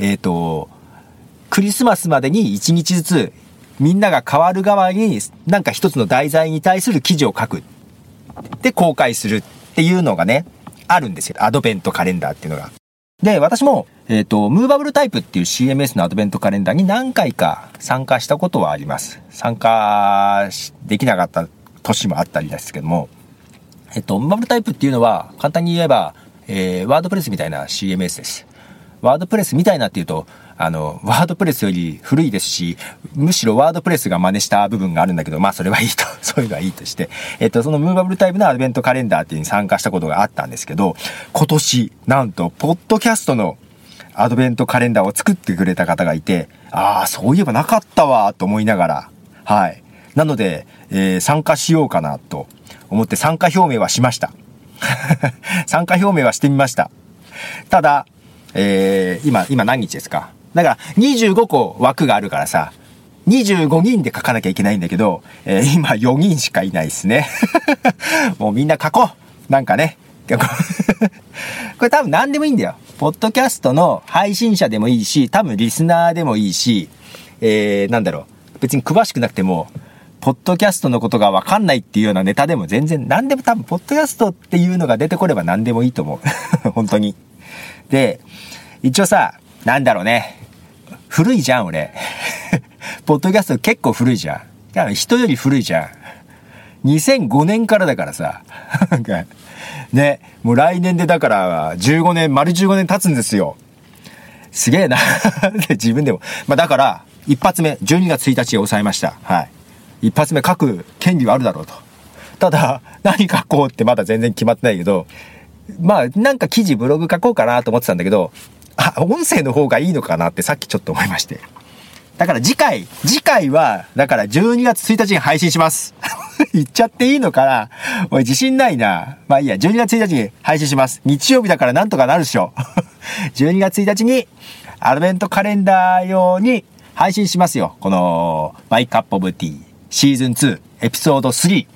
クリスマスまでに1日ずつみんなが変わる側になんか一つの題材に対する記事を書く。で、公開するっていうのがね、あるんですよ。アドベントカレンダーっていうのが。で、私も、ムーバブルタイプっていう CMS のアドベントカレンダーに何回か参加したことはあります。参加できなかった年もあったりですけども、ムーバブルタイプっていうのは簡単に言えば、ワードプレスみたいな CMS です。ワードプレスみたいなっていうと、ワードプレスより古いですし、むしろワードプレスが真似した部分があるんだけど、まあそれはいいと、そういうのはいいとして、そのムーバブルタイプのアドベントカレンダーっていうのに参加したことがあったんですけど、今年、なんと、ポッドキャストのアドベントカレンダーを作ってくれた方がいて、ああ、そういえばなかったわ、と思いながら、はい。なので、参加しようかなと思って参加表明はしました。参加表明はしてみました。ただ、今何日ですか？だから25個枠があるからさ、25人で書かなきゃいけないんだけど、今4人しかいないですね。もうみんな書こう。なんかね。これ多分何でもいいんだよ。ポッドキャストの配信者でもいいし、多分リスナーでもいいし、なんだろう。別に詳しくなくても、ポッドキャストのことが分かんないっていうようなネタでも全然、何でも多分、ポッドキャストっていうのが出てこれば何でもいいと思う。本当に。で、一応さ、なんだろうね。古いじゃん、俺。ポッドキャスト結構古いじゃん。だから人より古いじゃん。2005年からだからさ。ね、もう来年でだから15年、丸15年経つんですよ。すげえな。自分でも。まあだから、一発目、12月1日で抑えました。はい。一発目書く権利はあるだろうと。ただ、何書こうってまだ全然決まってないけど、まあ、なんか記事、ブログ書こうかなと思ってたんだけど、音声の方がいいのかなってさっきちょっと思いまして。だから次回は、だから12月1日に配信します。言っちゃっていいのかな？おい、自信ないな。まあいいや、12月1日に配信します。日曜日だからなんとかなるでしょ。12月1日にアドベントカレンダー用に配信しますよ。このマイカップオブティーシーズン2エピソード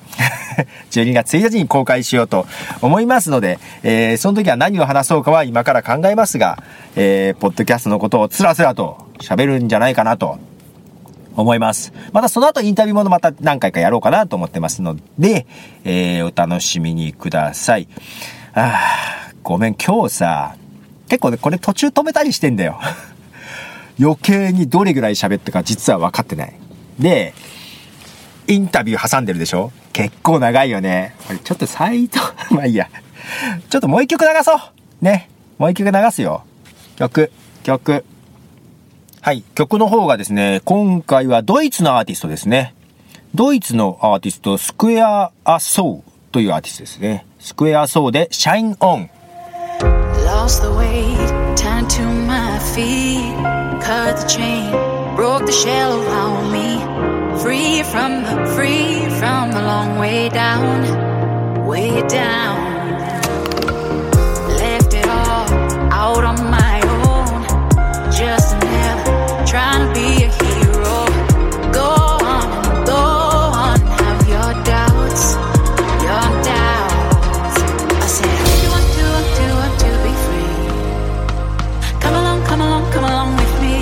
3。12月1日に公開しようと思いますので、その時は何を話そうかは今から考えますが、ポッドキャストのことをつらつらと喋るんじゃないかなと思います。またその後インタビューものまた何回かやろうかなと思ってますので、お楽しみにください。ごめん、今日さ、結構ね、これ途中止めたりしてんだよ。余計にどれぐらい喋ったか実は分かってない。で、インタビュー挟んでるでしょ？結構長いよね。これちょっとサイト、まあいいや。ちょっともう一曲流そうね。もう一曲流すよ。曲。はい。曲の方がですね、今回はドイツのアーティストですね。ドイツのアーティスト、スクエア・ア・ソーというアーティストですね。スクエア・ソーで Shine On。 Lost the weight, turned to my feet, cut the chain, broke the shell around me, free from the long way down, left it all out on my own, just another trying to be a hero. Go on, have your doubts. I said, if you want to be free, come along with me.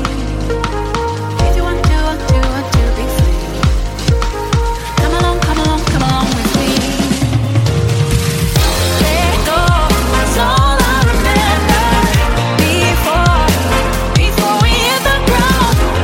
If you want to be free, come along with me. Let go, that's all I remember. Before we hit the ground,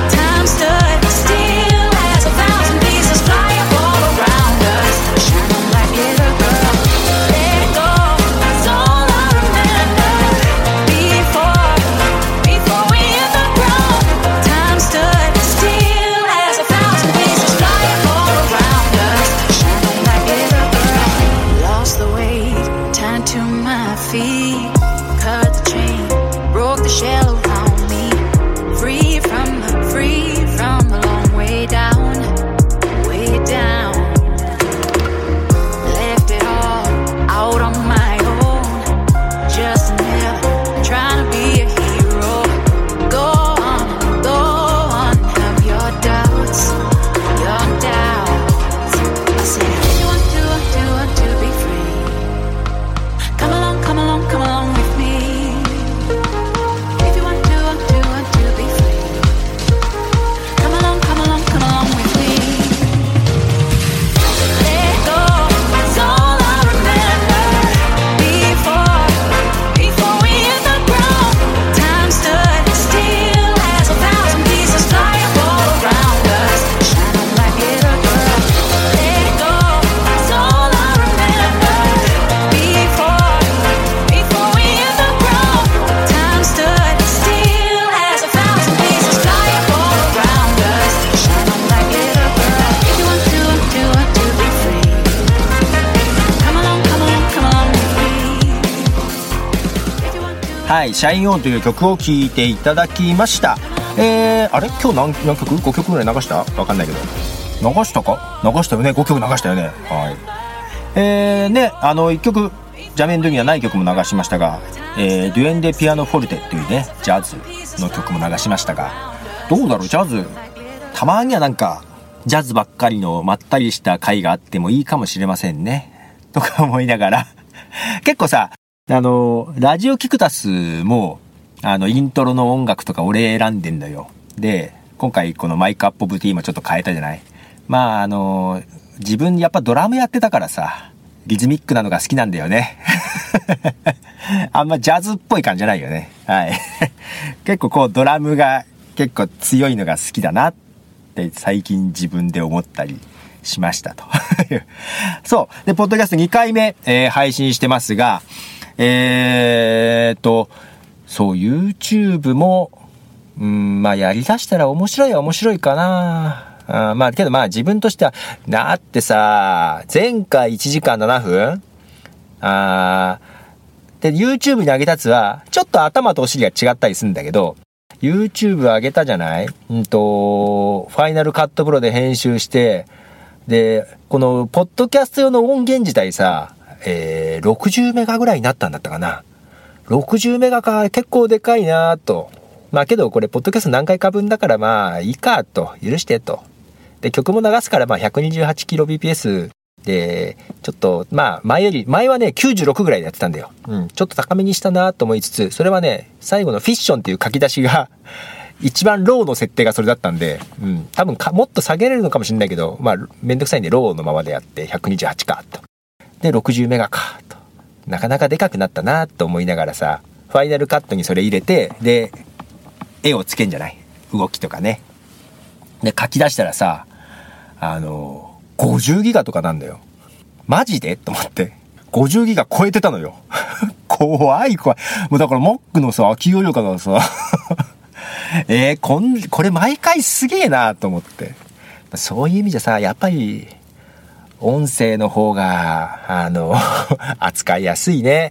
はい、シャインオンという曲を聴いていただきました。あれ今日何曲 ?5 曲ぐらい流したわかんないけど。流したか流したよね。5曲流したよね。はい。ね、1曲、ジャメンドにはない曲も流しましたが、デュエンデピアノフォルテっていうね、ジャズの曲も流しましたが、どうだろう、ジャズ、たまにはなんか、ジャズばっかりのまったりした回があってもいいかもしれませんね。とか思いながら。結構さ、ラジオキクタスも、イントロの音楽とか俺選んでんだよ。で、今回このマイクアップオブティーもちょっと変えたじゃない。まあ自分やっぱドラムやってたからさ、リズミックなのが好きなんだよね。あんまジャズっぽい感じじゃないよね。はい。結構こうドラムが結構強いのが好きだなって最近自分で思ったりしましたと。そう。で、ポッドキャスト2回目、配信してますが、そう、YouTube も、まあ、やりだしたら面白いかな。まあ、けどまあ、自分としては、だってさ、前回1時間7分で、YouTube に上げたやつは、ちょっと頭とお尻が違ったりするんだけど、YouTube 上げたじゃない？ファイナルカットプロで編集して、で、この、ポッドキャスト用の音源自体さ、60メガぐらいになったんだったかな。60メガか、結構でかいなと。まあけどこれポッドキャスト何回か分だからまあいいかと、許してと。で曲も流すからまあ 128kbps でちょっとまあ前はね96ぐらいでやってたんだよ。ちょっと高めにしたなと思いつつ、それはね最後のフィッションっていう書き出しが一番ローの設定がそれだったんで、多分もっと下げれるのかもしれないけど、まあめんどくさいんでローのままでやって128かと。で60メガかと。なかなかでかくなったなと思いながらさ、ファイナルカットにそれ入れて、で絵をつけんじゃない、動きとかね。で書き出したらさ、50ギガとかなんだよ。マジでと思って50ギガ超えてたのよ。怖い。もうだから Mac のさ空き容量からさこれ毎回すげえなと思って、そういう意味じゃさ、やっぱり音声の方が扱いやすいね。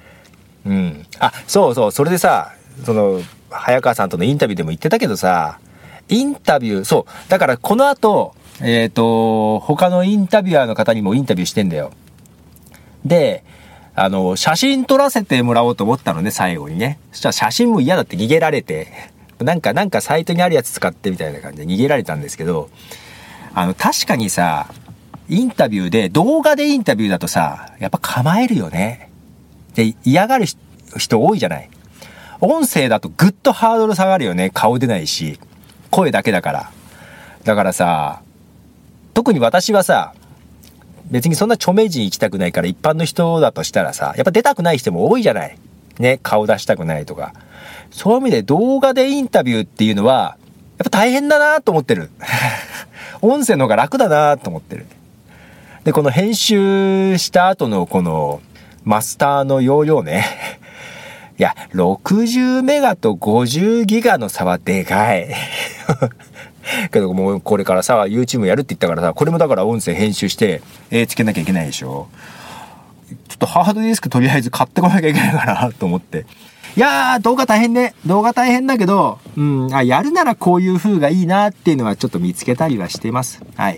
そうそれでさ、その早川さんとのインタビューでも言ってたけどさ、インタビュー、そうだからこの後他のインタビュアーの方にもインタビューしてんだよ。で写真撮らせてもらおうと思ったのね、最後にね。そしたら写真も嫌だって逃げられて、なんかサイトにあるやつ使ってみたいな感じで逃げられたんですけど、確かにさ、インタビューで動画でインタビューだとさ、やっぱ構えるよね。で嫌がる人多いじゃない。音声だとぐっとハードル下がるよね。顔出ないし声だけだから。だからさ、特に私はさ、別にそんな著名人行きたくないから、一般の人だとしたらさ、やっぱ出たくない人も多いじゃないね。顔出したくないとか。そういう意味で動画でインタビューっていうのはやっぱ大変だなと思ってる。音声の方が楽だなと思ってる。でこの編集した後のこのマスターの容量ね。いや60メガと50ギガの差はでかい。けどもうこれからさ YouTube やるって言ったからさ、これもだから音声編集してつけなきゃいけないでしょ。ちょっとハードディスクとりあえず買ってこなきゃいけないかなと思って。いやー動画大変ね。動画大変だけど、やるならこういう風がいいなっていうのはちょっと見つけたりはしてます。はい。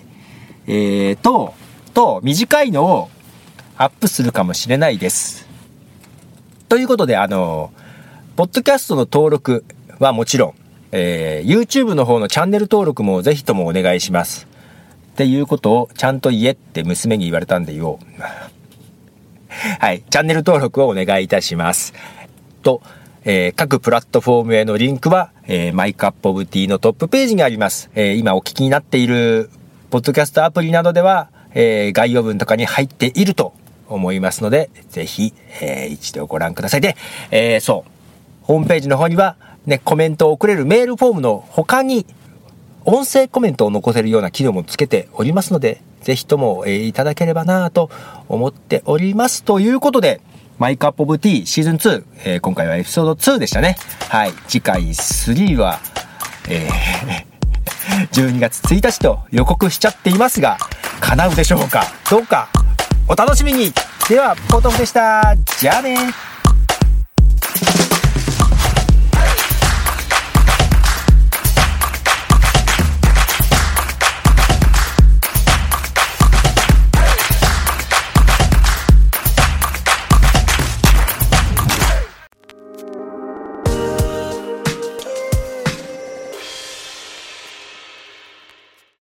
短いのをアップするかもしれないです。ということでポッドキャストの登録はもちろん、YouTube の方のチャンネル登録もぜひともお願いしますっていうことをちゃんと言えって娘に言われたんで言おう。はい、チャンネル登録をお願いいたしますと、各プラットフォームへのリンクは、マイクアップオブティーのトップページにあります。今お聞きになっているポッドキャストアプリなどでは、概要文とかに入っていると思いますので、ぜひ、一度ご覧ください。で、そうホームページの方にはね、コメントを送れるメールフォームの他に音声コメントを残せるような機能もつけておりますので、ぜひとも、いただければなと思っております。ということでマイクアップオブティーシーズン2、今回はエピソード2でしたね。はい、次回3は、12月1日と予告しちゃっていますが、叶うでしょうかどうかお楽しみに。ではポトフでした。じゃあね。